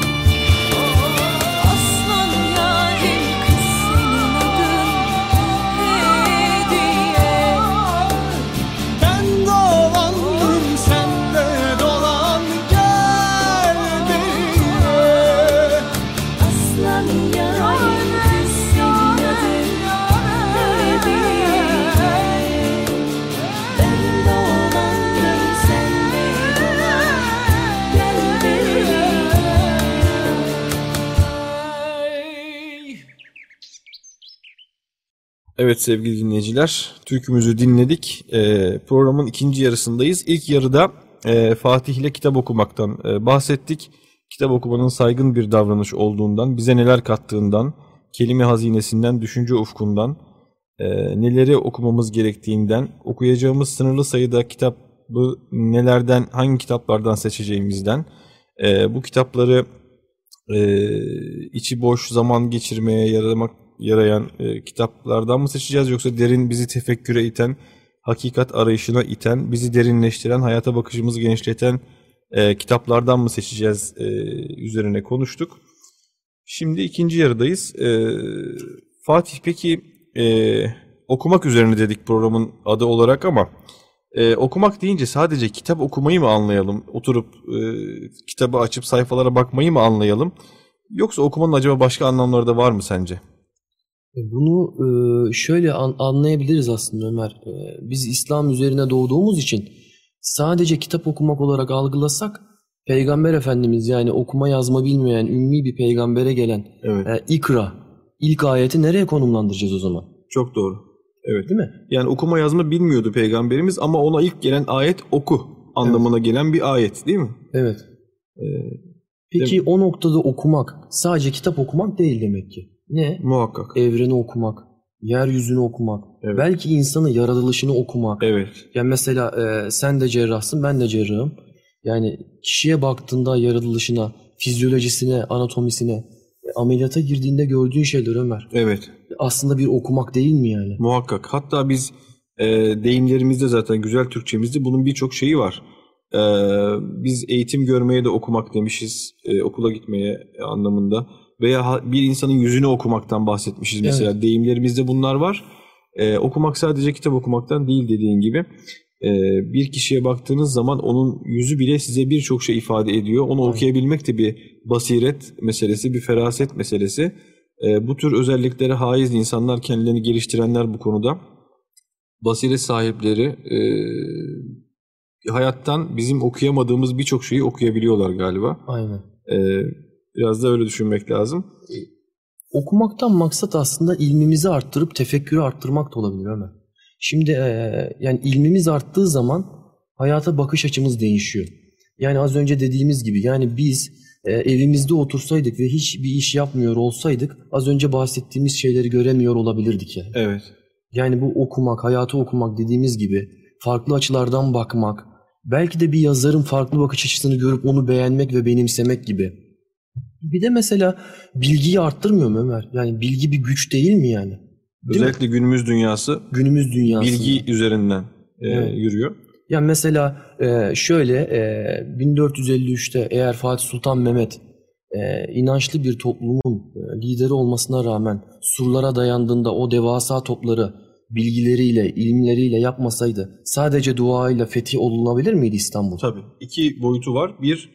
[SPEAKER 4] Aslan yarim kız senin adın Hediye.
[SPEAKER 3] Ben dolandım sen de dolan gel beriye.
[SPEAKER 4] Aslan yarim kız senin adın Hediye. Ben dolandım sen de dolan gel beriye.
[SPEAKER 2] Evet sevgili dinleyiciler, türkümüzü dinledik. Programın ikinci yarısındayız. İlk yarıda Fatih ile kitap okumaktan bahsettik. Kitap okumanın saygın bir davranış olduğundan, bize neler kattığından, kelime hazinesinden, düşünce ufkundan, neleri okumamız gerektiğinden, okuyacağımız sınırlı sayıda kitabı nelerden, hangi kitaplardan seçeceğimizden, bu kitapları içi boş zaman geçirmeye yarayan kitaplardan mı seçeceğiz, yoksa derin, bizi tefekküre iten, hakikat arayışına iten, bizi derinleştiren, hayata bakışımızı genişleten kitaplardan mı seçeceğiz üzerine konuştuk. Şimdi ikinci yarıdayız. Fatih, peki okumak üzerine dedik programın adı olarak ama okumak deyince sadece kitap okumayı mı anlayalım? Oturup kitabı açıp sayfalara bakmayı mı anlayalım? Yoksa okumanın acaba başka anlamları da var mı sence?
[SPEAKER 1] Bunu şöyle anlayabiliriz aslında Ömer. Biz İslam üzerine doğduğumuz için sadece kitap okumak olarak algılasak, Peygamber Efendimiz, yani okuma yazma bilmeyen ümmi bir peygambere gelen
[SPEAKER 2] Evet.
[SPEAKER 1] İkra, ilk ayeti nereye konumlandıracağız o zaman?
[SPEAKER 2] Çok doğru. Evet.
[SPEAKER 1] Değil mi?
[SPEAKER 2] Yani okuma yazma bilmiyordu peygamberimiz ama ona ilk gelen ayet oku anlamına gelen bir ayet, değil mi?
[SPEAKER 1] Evet. Peki o noktada okumak sadece kitap okumak değil demek ki. Ne?
[SPEAKER 2] Muhakkak.
[SPEAKER 1] Evreni okumak, yeryüzünü okumak,
[SPEAKER 2] Evet.
[SPEAKER 1] belki insanın yaratılışını okumak.
[SPEAKER 2] Evet.
[SPEAKER 1] Yani mesela sen de cerrahsın, ben de cerrahım. Yani kişiye baktığında yaratılışına, fizyolojisine, anatomisine, ameliyata girdiğinde gördüğün şeyler Ömer.
[SPEAKER 2] Evet.
[SPEAKER 1] Aslında bir okumak değil mi yani?
[SPEAKER 2] Muhakkak. Hatta biz deyimlerimizde, zaten güzel Türkçemizde bunun birçok şeyi var. Biz eğitim görmeye de okumak demişiz. Okula gitmeye anlamında. Veya bir insanın yüzünü okumaktan bahsetmişiz mesela.
[SPEAKER 1] Evet.
[SPEAKER 2] Deyimlerimizde bunlar var. Okumak sadece kitap okumaktan değil, dediğin gibi. Bir kişiye baktığınız zaman onun yüzü bile size birçok şey ifade ediyor. Onu okuyabilmek de bir basiret meselesi, bir feraset meselesi. Bu tür özelliklere haiz insanlar, kendilerini geliştirenler bu konuda. Basiret sahipleri hayattan bizim okuyamadığımız birçok şeyi okuyabiliyorlar galiba.
[SPEAKER 1] Aynen.
[SPEAKER 2] Biraz da öyle düşünmek lazım.
[SPEAKER 1] Okumaktan maksat aslında ilmimizi arttırıp tefekkürü arttırmak da olabilir Ömer. Şimdi yani ilmimiz arttığı zaman hayata bakış açımız değişiyor. Yani az önce dediğimiz gibi, yani biz evimizde otursaydık ve hiçbir iş yapmıyor olsaydık az önce bahsettiğimiz şeyleri göremiyor olabilirdik yani.
[SPEAKER 2] Evet.
[SPEAKER 1] Yani bu okumak, hayatı okumak dediğimiz gibi, farklı açılardan bakmak, belki de bir yazarın farklı bakış açısını görüp onu beğenmek ve benimsemek gibi. Bir de mesela bilgiyi arttırmıyor mu Ömer? Yani bilgi bir güç değil mi yani? Değil
[SPEAKER 2] Özellikle
[SPEAKER 1] mi?
[SPEAKER 2] günümüz dünyası
[SPEAKER 1] Günümüz dünyasında.
[SPEAKER 2] bilgi üzerinden
[SPEAKER 1] Evet.
[SPEAKER 2] yürüyor.
[SPEAKER 1] Yani mesela şöyle 1453'te eğer Fatih Sultan Mehmet inançlı bir toplumun lideri olmasına rağmen surlara dayandığında o devasa topları bilgileriyle, ilimleriyle yapmasaydı sadece duayla fetih olunabilir miydi İstanbul?
[SPEAKER 2] Tabii. İki boyutu var. Bir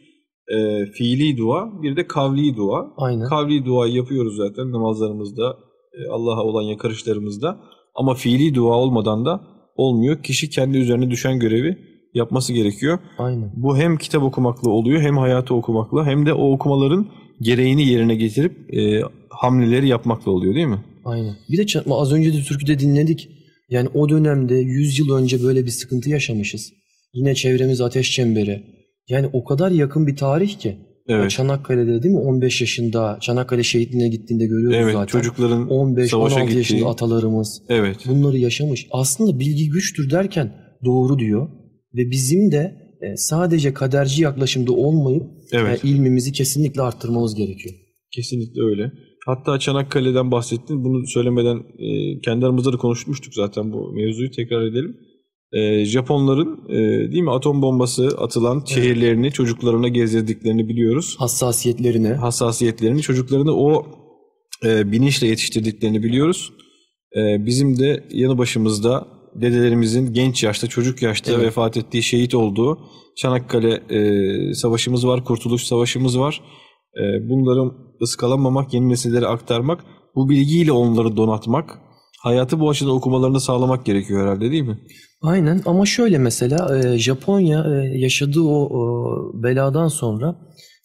[SPEAKER 2] fiili dua, bir de kavli dua.
[SPEAKER 1] Aynen.
[SPEAKER 2] Kavli duayı yapıyoruz zaten namazlarımızda, Allah'a olan yakarışlarımızda. Ama fiili dua olmadan da olmuyor. Kişi kendi üzerine düşen görevi yapması gerekiyor.
[SPEAKER 1] Aynen.
[SPEAKER 2] Bu hem kitap okumakla oluyor, hem hayatı okumakla, hem de o okumaların gereğini yerine getirip hamleleri yapmakla oluyor, değil mi?
[SPEAKER 1] Aynen. Bir de az önce de türküde dinledik. Yani o dönemde 100 yıl önce böyle bir sıkıntı yaşamışız. Yine çevremiz ateş çemberi. Yani o kadar yakın bir tarih ki.
[SPEAKER 2] Evet.
[SPEAKER 1] Çanakkale'de değil mi? 15 yaşında Çanakkale şehitliğine gittiğinde görüyoruz
[SPEAKER 2] Evet,
[SPEAKER 1] zaten.
[SPEAKER 2] çocukların
[SPEAKER 1] 15-16
[SPEAKER 2] gittiği.
[SPEAKER 1] yaşında atalarımız
[SPEAKER 2] Evet.
[SPEAKER 1] bunları yaşamış. Aslında bilgi güçtür derken doğru diyor. Ve bizim de sadece kaderci yaklaşımda olmayıp
[SPEAKER 2] Evet.
[SPEAKER 1] ilmimizi kesinlikle arttırmamız gerekiyor.
[SPEAKER 2] Kesinlikle öyle. Hatta Çanakkale'den bahsettin. Bunu söylemeden kendi aramızda da konuşmuştuk zaten bu mevzuyu. Tekrar edelim. Japonların değil mi, atom bombası atılan şehirlerini çocuklarına gezdirdiklerini biliyoruz. Hassasiyetlerini çocuklarını o bilinçle yetiştirdiklerini biliyoruz. Bizim de yanı başımızda dedelerimizin genç yaşta, çocuk yaşta vefat ettiği, şehit olduğu Çanakkale Savaşımız var, Kurtuluş Savaşımız var. Bunları ıskalamamak, yeni nesillere aktarmak, bu bilgiyle onları donatmak, hayatı bu açıdan okumalarını sağlamak gerekiyor herhalde, değil mi?
[SPEAKER 1] Aynen, ama şöyle mesela Japonya yaşadığı o beladan sonra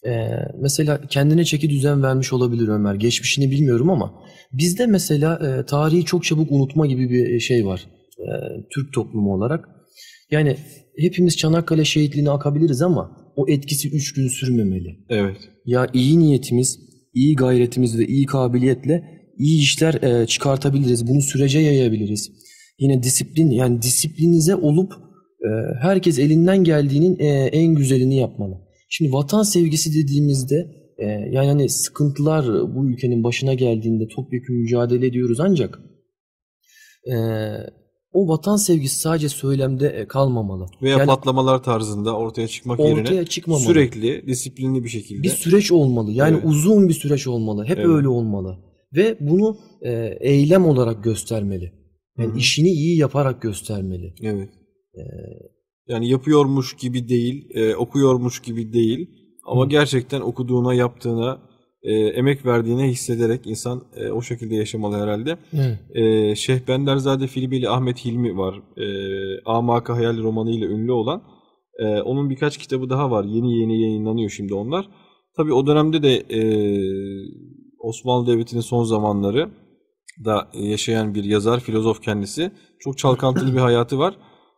[SPEAKER 1] mesela kendine çeki düzen vermiş olabilir Ömer. Geçmişini bilmiyorum ama bizde mesela tarihi çok çabuk unutma gibi bir şey var Türk toplumu olarak. Yani hepimiz Çanakkale şehitliğine akabiliriz ama o etkisi 3 gün sürmemeli.
[SPEAKER 2] Evet.
[SPEAKER 1] Ya iyi niyetimiz, iyi gayretimiz ve iyi kabiliyetle iyi işler çıkartabiliriz. Bunu sürece yayabiliriz. Yine disiplin, yani disiplinize olup herkes elinden geldiğinin en güzelini yapmalı. Şimdi vatan sevgisi dediğimizde yani hani sıkıntılar bu ülkenin başına geldiğinde topyekun mücadele ediyoruz, ancak o vatan sevgisi sadece söylemde kalmamalı.
[SPEAKER 2] Veya
[SPEAKER 1] yani
[SPEAKER 2] patlamalar tarzında ortaya çıkmak
[SPEAKER 1] ortaya
[SPEAKER 2] yerine
[SPEAKER 1] çıkmamalı.
[SPEAKER 2] sürekli disiplinli bir şekilde.
[SPEAKER 1] Bir süreç olmalı. Yani
[SPEAKER 2] Evet.
[SPEAKER 1] uzun bir süreç olmalı. Hep
[SPEAKER 2] Evet.
[SPEAKER 1] öyle olmalı. Ve bunu eylem olarak göstermeli. Yani
[SPEAKER 2] Hı hı.
[SPEAKER 1] işini iyi yaparak göstermeli.
[SPEAKER 2] Evet. Yani yapıyormuş gibi değil, okuyormuş gibi değil. Ama gerçekten okuduğuna, yaptığına, emek verdiğine hissederek insan o şekilde yaşamalı herhalde.
[SPEAKER 1] Evet.
[SPEAKER 2] Şeyh Benderzade Filibeli Ahmet Hilmi var. Amaka Hayal romanıyla ünlü olan. Onun birkaç kitabı daha var. Yeni yayınlanıyor şimdi onlar. Tabii o dönemde de Osmanlı Devleti'nin son zamanları da yaşayan bir yazar, filozof kendisi. Çok çalkantılı bir hayatı var.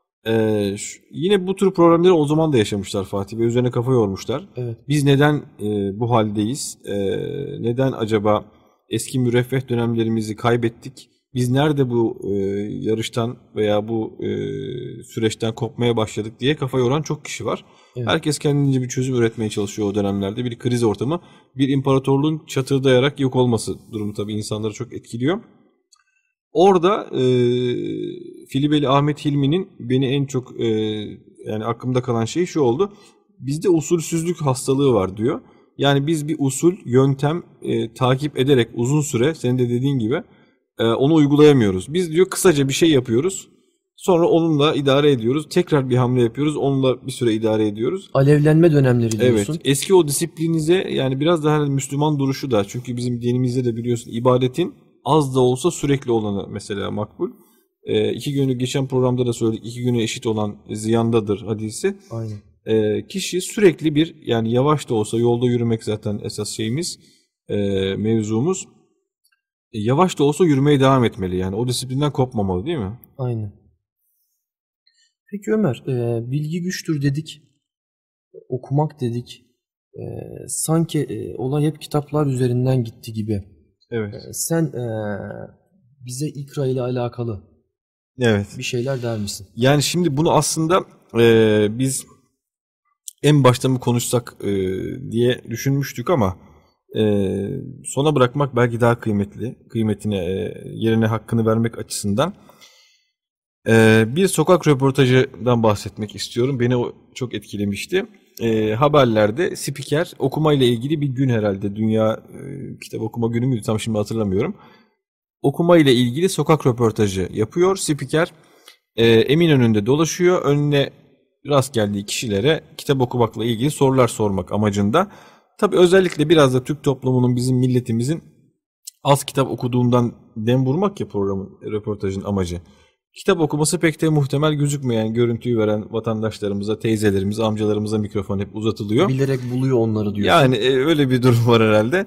[SPEAKER 2] Yine bu tür problemleri o zaman da yaşamışlar Fatih ve üzerine kafa yormuşlar.
[SPEAKER 1] Evet.
[SPEAKER 2] Biz neden bu haldeyiz? Neden acaba eski müreffeh dönemlerimizi kaybettik? Biz nerede bu yarıştan veya bu süreçten kopmaya başladık diye kafa yoran çok kişi var.
[SPEAKER 1] Evet.
[SPEAKER 2] Herkes kendince bir çözüm üretmeye çalışıyor o dönemlerde. Bir kriz ortamı, bir imparatorluğun çatırdayarak yok olması durumu tabii insanları çok etkiliyor. Orada Filibeli Ahmet Hilmi'nin beni en çok yani aklımda kalan şey şu oldu. Bizde usulsüzlük hastalığı var diyor. Yani biz bir usul, yöntem takip ederek uzun süre, senin de dediğin gibi onu uygulayamıyoruz. Biz diyor kısaca bir şey yapıyoruz. Sonra onunla idare ediyoruz. Tekrar bir hamle yapıyoruz. Onunla bir süre idare ediyoruz.
[SPEAKER 1] Alevlenme dönemleri diyorsun.
[SPEAKER 2] Evet. Eski o disiplinize, yani biraz daha Müslüman duruşu da, çünkü bizim dinimizde de biliyorsun ibadetin az da olsa sürekli olanı mesela makbul. 2 günü geçen programda da söyledik. 2 günü eşit olan ziyandadır hadisi.
[SPEAKER 1] Aynen.
[SPEAKER 2] Kişi sürekli bir, yani yavaş da olsa, yolda yürümek zaten esas şeyimiz, mevzumuz. Yavaş da olsa yürümeye devam etmeli. Yani o disiplinden kopmamalı, değil mi?
[SPEAKER 1] Aynen. Peki Ömer, bilgi güçtür dedik. Okumak dedik. Sanki olay hep kitaplar üzerinden gitti gibi.
[SPEAKER 2] Evet.
[SPEAKER 1] Sen bize ikra ile alakalı
[SPEAKER 2] Evet.
[SPEAKER 1] bir şeyler der misin?
[SPEAKER 2] Yani şimdi bunu aslında biz en başta mı konuşsak diye düşünmüştük ama sona bırakmak belki daha kıymetli. Kıymetine, yerine hakkını vermek açısından. Bir sokak röportajından bahsetmek istiyorum. Beni o çok etkilemişti. Haberlerde spiker okumayla ilgili bir gün, herhalde Dünya Kitap Okuma Günü müydü, tam şimdi hatırlamıyorum. Okumayla ilgili sokak röportajı yapıyor. Spiker Eminönü'nde dolaşıyor. Önüne rast geldiği kişilere kitap okumakla ilgili sorular sormak amacında. Tabii özellikle biraz da Türk toplumunun, bizim milletimizin az kitap okuduğundan dem vurmak ya programın, röportajın amacı. Kitap okuması pek de muhtemel gözükmeyen görüntüyü veren vatandaşlarımıza, teyzelerimize, amcalarımıza mikrofon hep uzatılıyor.
[SPEAKER 1] Bilerek buluyor onları diyorsun.
[SPEAKER 2] Yani öyle bir durum var herhalde.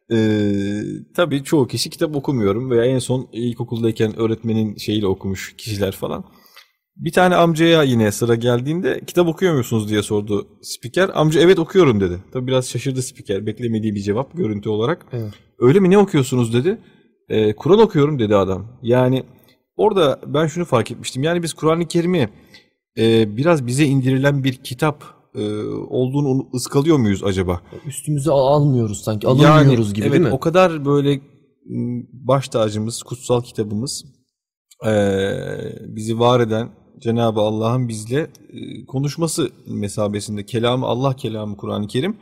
[SPEAKER 2] Tabii çoğu kişi kitap okumuyorum veya en son ilkokuldayken öğretmenin şeyiyle okumuş kişiler falan. Bir tane amcaya yine sıra geldiğinde kitap okuyor musunuz diye sordu spiker. Amca evet okuyorum dedi. Tabii biraz şaşırdı spiker. Beklemediği bir cevap görüntü olarak.
[SPEAKER 1] Evet.
[SPEAKER 2] Öyle mi, ne okuyorsunuz dedi. Kur'an okuyorum dedi adam. Yani orada ben şunu fark etmiştim. Yani biz Kur'an-ı Kerim'i biraz bize indirilen bir kitap olduğunu ıskalıyor muyuz acaba?
[SPEAKER 1] Üstümüze almıyoruz sanki. Alınmıyoruz gibi,
[SPEAKER 2] evet,
[SPEAKER 1] değil mi?
[SPEAKER 2] O kadar böyle baş tacımız, kutsal kitabımız, bizi var eden Cenab-ı Allah'ın bizle konuşması mesabesinde, kelamı, Allah kelamı Kur'an-ı Kerim.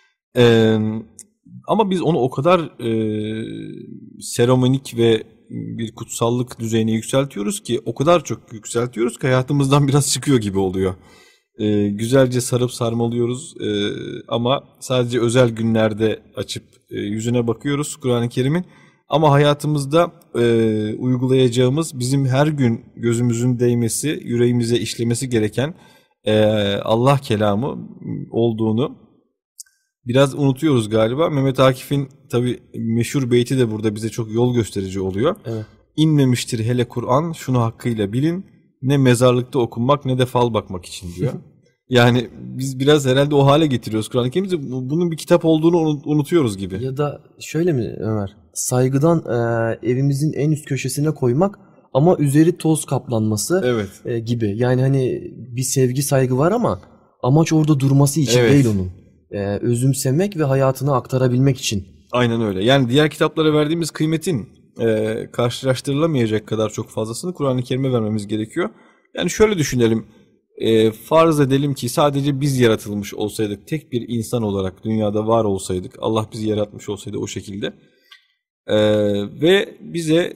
[SPEAKER 2] Ama biz onu o kadar seremonik ve bir kutsallık düzeyine yükseltiyoruz ki, o kadar çok yükseltiyoruz ki hayatımızdan biraz çıkıyor gibi oluyor. Güzelce sarıp sarmalıyoruz ama sadece özel günlerde açıp yüzüne bakıyoruz Kur'an-ı Kerim'in. Ama hayatımızda uygulayacağımız, bizim her gün gözümüzün değmesi, yüreğimize işlemesi gereken Allah kelamı olduğunu biraz unutuyoruz galiba. Mehmet Akif'in tabii meşhur beyti de burada bize çok yol gösterici oluyor.
[SPEAKER 1] Evet.
[SPEAKER 2] İnmemiştir hele Kur'an, şunu hakkıyla bilin, ne mezarlıkta okunmak ne de fal bakmak için diyor. Yani biz biraz herhalde o hale getiriyoruz Kur'an-ı Kerim'i. Bunun bir kitap olduğunu unutuyoruz gibi.
[SPEAKER 1] Ya da şöyle mi Ömer? Saygıdan evimizin en üst köşesine koymak ama üzeri toz kaplanması
[SPEAKER 2] Evet.
[SPEAKER 1] gibi. Yani hani bir sevgi saygı var ama amaç orada durması için
[SPEAKER 2] Evet.
[SPEAKER 1] değil onun. Özümsemek ve hayatına aktarabilmek için.
[SPEAKER 2] Aynen öyle. Yani diğer kitaplara verdiğimiz kıymetin karşılaştırılamayacak kadar çok fazlasını Kur'an-ı Kerim'e vermemiz gerekiyor. Yani şöyle düşünelim. Farz edelim ki sadece biz yaratılmış olsaydık, tek bir insan olarak dünyada var olsaydık, Allah bizi yaratmış olsaydı o şekilde ve bize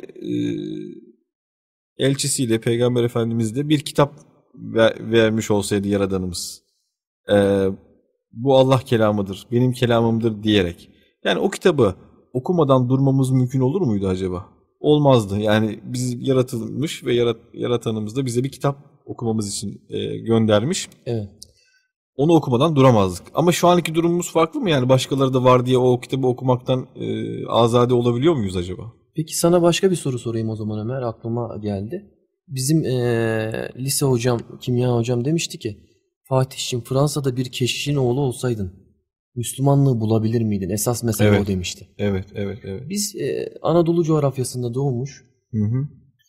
[SPEAKER 2] elçisiyle, Peygamber Efendimiz de bir kitap vermiş olsaydı Yaradanımız. Bu Allah kelamıdır, benim kelamımdır diyerek. Yani o kitabı okumadan durmamız mümkün olur muydu acaba? Olmazdı. Yani biz yaratılmış ve yaratanımız da bize bir kitap okumamız için göndermiş.
[SPEAKER 1] Evet.
[SPEAKER 2] Onu okumadan duramazdık. Ama şu anki durumumuz farklı mı? Yani başkaları da var diye o kitabı okumaktan azade olabiliyor muyuz acaba?
[SPEAKER 1] Peki sana başka bir soru sorayım o zaman Ömer. Aklıma geldi. Bizim lise hocam, kimya hocam demişti ki Fatih'cim Fransa'da bir keşişin oğlu olsaydın Müslümanlığı bulabilir miydin? Esas mesele
[SPEAKER 2] Evet.
[SPEAKER 1] o demişti.
[SPEAKER 2] Evet.
[SPEAKER 1] Biz Anadolu coğrafyasında doğmuş
[SPEAKER 2] Hı.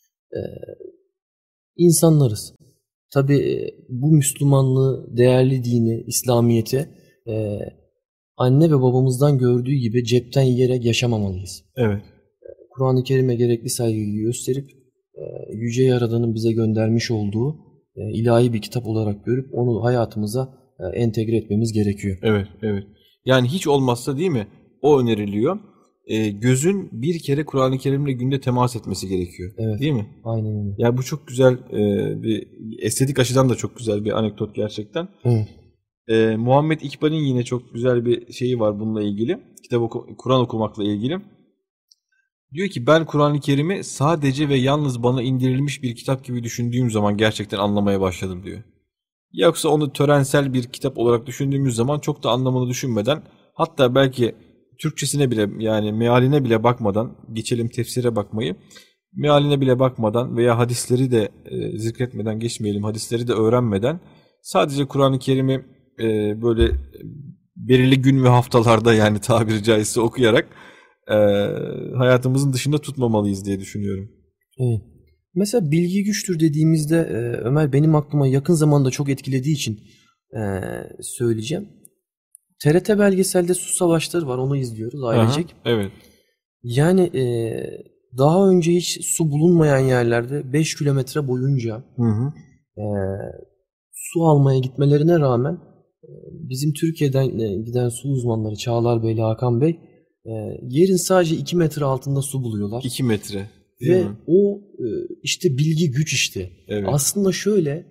[SPEAKER 1] insanlarız. Tabii bu Müslümanlığı, değerli dini, İslamiyet'i anne ve babamızdan gördüğü gibi cepten yiyerek yaşamamalıyız.
[SPEAKER 2] Evet.
[SPEAKER 1] Kur'an-ı Kerim'e gerekli saygıyı gösterip Yüce Yaradan'ın bize göndermiş olduğu ilahi bir kitap olarak görüp onu hayatımıza entegre etmemiz gerekiyor.
[SPEAKER 2] Evet. Yani hiç olmazsa değil mi? O öneriliyor. Gözün bir kere Kur'an-ı Kerim'le günde temas etmesi gerekiyor.
[SPEAKER 1] Evet.
[SPEAKER 2] Değil mi?
[SPEAKER 1] Aynen öyle.
[SPEAKER 2] Ya bu çok güzel bir estetik açıdan da çok güzel bir anekdot gerçekten.
[SPEAKER 1] Evet.
[SPEAKER 2] Muhammed İkbal'in yine çok güzel bir şeyi var bununla ilgili. Kur'an okumakla ilgili. Diyor ki ben Kur'an-ı Kerim'i sadece ve yalnız bana indirilmiş bir kitap gibi düşündüğüm zaman gerçekten anlamaya başladım diyor. Yoksa onu törensel bir kitap olarak düşündüğümüz zaman çok da anlamını düşünmeden, hatta belki Türkçesine bile, yani mealine bile bakmadan, geçelim tefsire bakmayı, mealine bile bakmadan veya hadisleri de zikretmeden geçmeyelim, hadisleri de öğrenmeden sadece Kur'an-ı Kerim'i böyle belirli gün ve haftalarda, yani tabiri caizse okuyarak hayatımızın dışında tutmamalıyız diye düşünüyorum.
[SPEAKER 1] Evet. Mesela bilgi güçtür dediğimizde Ömer benim aklıma yakın zamanda çok etkilediği için söyleyeceğim. TRT belgeselde Su Savaşları var, onu izliyoruz ailecek.
[SPEAKER 2] Aha, evet.
[SPEAKER 1] Yani daha önce hiç su bulunmayan yerlerde 5 kilometre boyunca
[SPEAKER 2] Hı.
[SPEAKER 1] su almaya gitmelerine rağmen bizim Türkiye'den giden su uzmanları Çağlar Bey ile Hakan Bey yerin sadece 2 metre altında su buluyorlar.
[SPEAKER 2] 2 metre. Değil
[SPEAKER 1] Ve
[SPEAKER 2] mi?
[SPEAKER 1] o işte bilgi güç işte.
[SPEAKER 2] Evet.
[SPEAKER 1] Aslında şöyle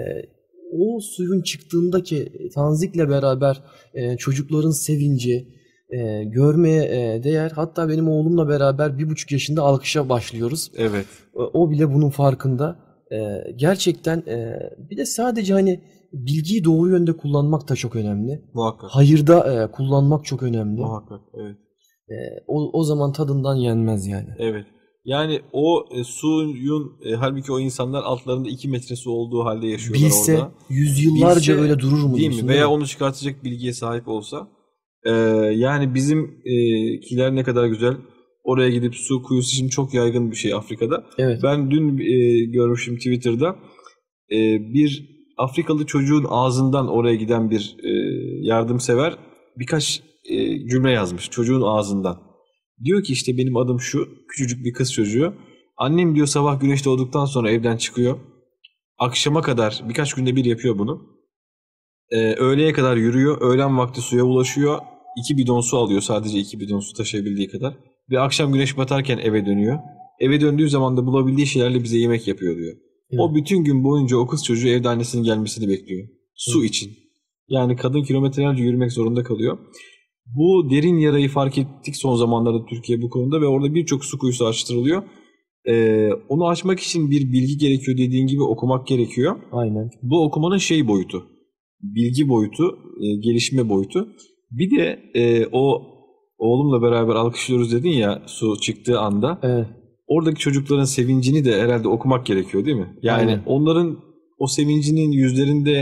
[SPEAKER 1] o suyun çıktığındaki tanzikle beraber çocukların sevinci, görmeye değer. Hatta benim oğlumla beraber 1,5 yaşında alkışa başlıyoruz.
[SPEAKER 2] Evet.
[SPEAKER 1] O bile bunun farkında. Gerçekten bir de sadece hani bilgiyi doğru yönde kullanmak da çok önemli.
[SPEAKER 2] Muhakkak.
[SPEAKER 1] Hayırda kullanmak çok önemli.
[SPEAKER 2] Muhakkak. Evet.
[SPEAKER 1] O zaman tadından yenmez yani.
[SPEAKER 2] Evet. Yani o suyun halbuki o insanlar altlarında 2 metre su olduğu halde yaşıyorlar
[SPEAKER 1] Bilse
[SPEAKER 2] orada.
[SPEAKER 1] yüzyıllarca
[SPEAKER 2] Bilse,
[SPEAKER 1] öyle durur mu
[SPEAKER 2] değil
[SPEAKER 1] diyorsun,
[SPEAKER 2] mi?
[SPEAKER 1] değil
[SPEAKER 2] Veya
[SPEAKER 1] mi?
[SPEAKER 2] onu çıkartacak bilgiye sahip olsa. Yani bizimkiler ne kadar güzel. Oraya gidip su kuyusu için çok yaygın bir şey Afrika'da.
[SPEAKER 1] Evet.
[SPEAKER 2] Ben dün görmüştüm Twitter'da. Bir Afrikalı çocuğun ağzından oraya giden bir yardımsever birkaç cümle yazmış çocuğun ağzından. Diyor ki işte benim adım şu, küçücük bir kız çocuğu. Annem diyor sabah güneş doğduktan sonra evden çıkıyor. Akşama kadar birkaç günde bir yapıyor bunu. Öğleye kadar yürüyor. Öğlen vakti suya ulaşıyor. 2 bidon su alıyor, sadece 2 bidon su taşıyabildiği kadar. Ve akşam güneş batarken eve dönüyor. Eve döndüğü zaman da bulabildiği şeylerle bize yemek yapıyor diyor.
[SPEAKER 1] Evet.
[SPEAKER 2] O bütün gün boyunca o kız çocuğu evde annesinin gelmesini bekliyor. Su için. Yani kadın kilometrelerce yürümek zorunda kalıyor. Bu derin yarayı fark ettik son zamanlarda Türkiye bu konuda ve orada birçok su kuyusu açtırılıyor. Onu açmak için bir bilgi gerekiyor, dediğin gibi okumak gerekiyor.
[SPEAKER 1] Aynen.
[SPEAKER 2] Bu okumanın şey boyutu, bilgi boyutu, gelişme boyutu. Bir de o oğlumla beraber alkışlıyoruz dedin ya su çıktığı anda.
[SPEAKER 1] Evet.
[SPEAKER 2] Oradaki çocukların sevincini de herhalde okumak gerekiyor değil mi? Yani
[SPEAKER 1] Aynen.
[SPEAKER 2] onların o sevincinin yüzlerinde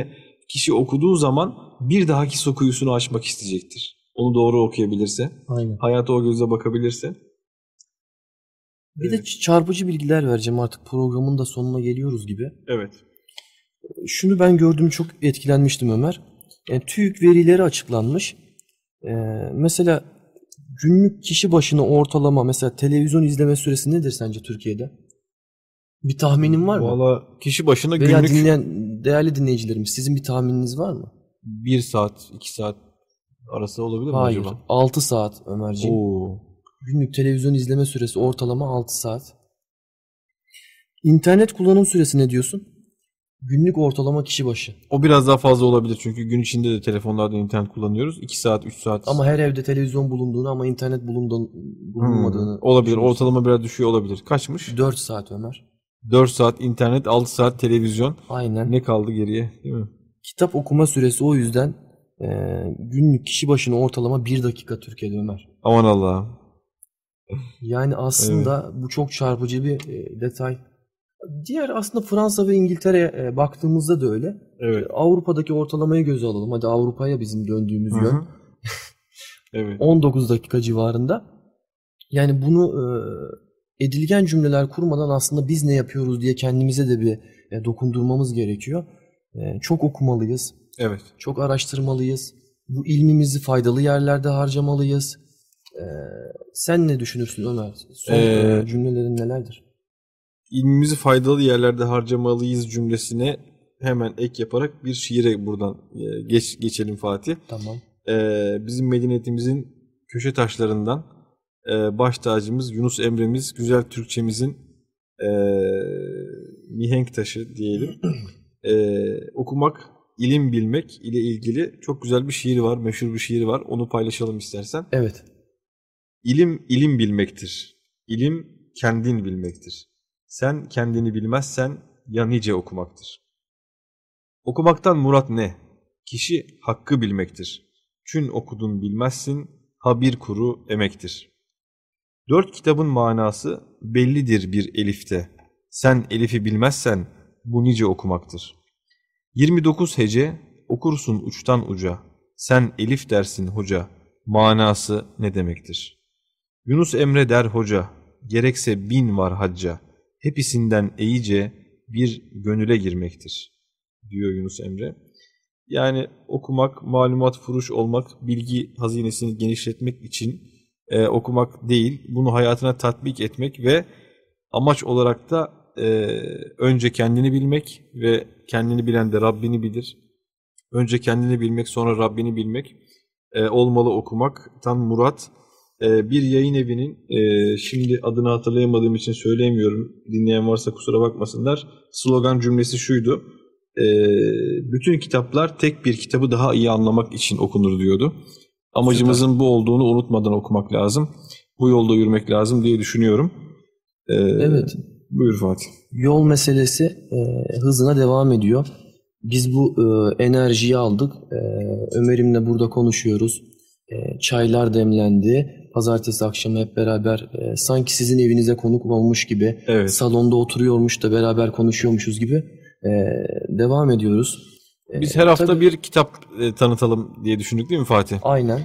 [SPEAKER 2] kişi okuduğu zaman bir dahaki okuyusunu açmak isteyecektir. Onu doğru okuyabilirse,
[SPEAKER 1] Aynen.
[SPEAKER 2] hayata o gözle bakabilirse.
[SPEAKER 1] Bir de çarpıcı bilgiler vereceğim, artık programın da sonuna geliyoruz gibi.
[SPEAKER 2] Evet.
[SPEAKER 1] Şunu ben gördüm, çok etkilenmiştim Ömer. TÜİK verileri açıklanmış. Mesela günlük kişi başına ortalama mesela televizyon izleme süresi nedir sence Türkiye'de? Bir tahminin var mı?
[SPEAKER 2] Valla kişi başına
[SPEAKER 1] Veya
[SPEAKER 2] günlük
[SPEAKER 1] dinleyen değerli dinleyicilerimiz, sizin bir tahmininiz var mı?
[SPEAKER 2] 1 saat, 2 saat arası olabilir mi
[SPEAKER 1] Hayır.
[SPEAKER 2] acaba?
[SPEAKER 1] 6 saat Ömerciğim.
[SPEAKER 2] Oo.
[SPEAKER 1] Günlük televizyon izleme süresi ortalama 6 saat. İnternet kullanım süresi ne diyorsun? Günlük ortalama kişi başı.
[SPEAKER 2] O biraz daha fazla olabilir çünkü gün içinde de telefonlarda internet kullanıyoruz. 2 saat, 3 saat.
[SPEAKER 1] Ama her evde televizyon bulunduğunu ama internet bulunmadığını
[SPEAKER 2] olabilir.
[SPEAKER 1] düşünüyorsun.
[SPEAKER 2] Ortalama biraz düşüyor olabilir. Kaçmış?
[SPEAKER 1] 4 saat Ömer.
[SPEAKER 2] 4 saat internet, 6 saat televizyon.
[SPEAKER 1] Aynen.
[SPEAKER 2] Ne kaldı geriye, değil mi?
[SPEAKER 1] Kitap okuma süresi o yüzden günlük kişi başına ortalama 1 dakika Türkiye'de Ömer.
[SPEAKER 2] Aman Allah'ım.
[SPEAKER 1] Yani aslında bu çok çarpıcı bir detay. Diğer aslında Fransa ve İngiltere'ye baktığımızda da öyle.
[SPEAKER 2] Evet.
[SPEAKER 1] Avrupa'daki ortalamayı göze alalım. Hadi Avrupa'ya bizim döndüğümüz
[SPEAKER 2] Hı hı.
[SPEAKER 1] yön.
[SPEAKER 2] Evet.
[SPEAKER 1] 19 dakika civarında. Yani bunu edilgen cümleler kurmadan aslında biz ne yapıyoruz diye kendimize de bir dokundurmamız gerekiyor. Çok okumalıyız.
[SPEAKER 2] Evet.
[SPEAKER 1] Çok araştırmalıyız. Bu ilmimizi faydalı yerlerde harcamalıyız. Sen ne düşünürsün Ömer? Son cümlelerin nelerdir?
[SPEAKER 2] İlmimizi faydalı yerlerde harcamalıyız cümlesine hemen ek yaparak bir şiire buradan geçelim Fatih.
[SPEAKER 1] Tamam.
[SPEAKER 2] Bizim medeniyetimizin köşe taşlarından baş tacımız Yunus Emre'miz, güzel Türkçemizin mihenk taşı diyelim. Okumak, ilim bilmek ile ilgili çok güzel bir şiir var, meşhur bir şiir var. Onu paylaşalım istersen.
[SPEAKER 1] Evet.
[SPEAKER 2] İlim bilmektir. İlim kendin bilmektir. Sen kendini bilmezsen ya nice okumaktır. Okumaktan murat ne? Kişi hakkı bilmektir. Çün okudun bilmezsin, ha bir kuru emektir. 4 kitabın manası bellidir bir elifte. Sen elifi bilmezsen bu nice okumaktır. 29 hece okursun uçtan uca. Sen elif dersin hoca. Manası ne demektir? Yunus Emre der hoca. Gerekse 1000 var hacca. Hepsinden iyice bir gönüle girmektir, diyor Yunus Emre. Yani okumak, malumat furuş olmak, bilgi hazinesini genişletmek için okumak değil, bunu hayatına tatbik etmek ve amaç olarak da önce kendini bilmek ve kendini bilen de Rabbini bilir. Önce kendini bilmek, sonra Rabbini bilmek olmalı okumaktan murat. Bir yayın evinin, şimdi adını hatırlayamadığım için söyleyemiyorum, dinleyen varsa kusura bakmasınlar, slogan cümlesi şuydu: bütün kitaplar tek bir kitabı daha iyi anlamak için okunur diyordu. Amacımızın bu olduğunu unutmadan okumak lazım, bu yolda yürümek lazım diye düşünüyorum.
[SPEAKER 1] Evet.
[SPEAKER 2] Buyur Fatih.
[SPEAKER 1] Yol meselesi hızına devam ediyor. Biz bu enerjiyi aldık. Ömer'imle burada konuşuyoruz. Çaylar demlendi. Pazartesi akşamı hep beraber sanki sizin evinize konuk olmuş gibi,
[SPEAKER 2] Evet.
[SPEAKER 1] salonda oturuyormuş da beraber konuşuyormuşuz gibi devam ediyoruz.
[SPEAKER 2] Biz her hafta
[SPEAKER 1] Tabii,
[SPEAKER 2] bir kitap tanıtalım diye düşündük değil mi Fatih?
[SPEAKER 1] aynen.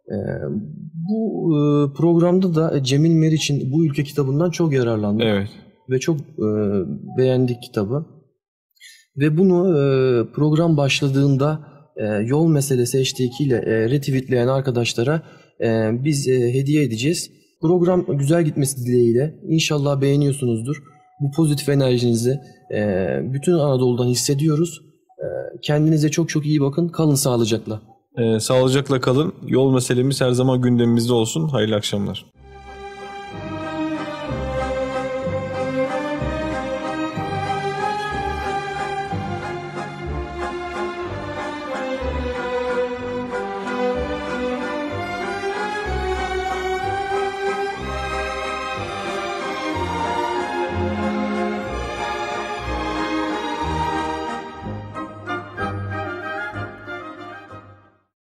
[SPEAKER 1] Bu programda da Cemil Meriç'in Bu Ülke kitabından çok yararlandık.
[SPEAKER 2] Evet.
[SPEAKER 1] Ve çok beğendik kitabı. Ve bunu program başladığında yol meselesi eşliğiyle retweetleyen arkadaşlara biz hediye edeceğiz. Program güzel gitmesi dileğiyle. İnşallah beğeniyorsunuzdur. Bu pozitif enerjinizi bütün Anadolu'dan hissediyoruz. Kendinize çok çok iyi bakın. Kalın sağlıcakla.
[SPEAKER 2] Sağlıcakla kalın. Yol meselemiz her zaman gündemimizde olsun. Hayırlı akşamlar.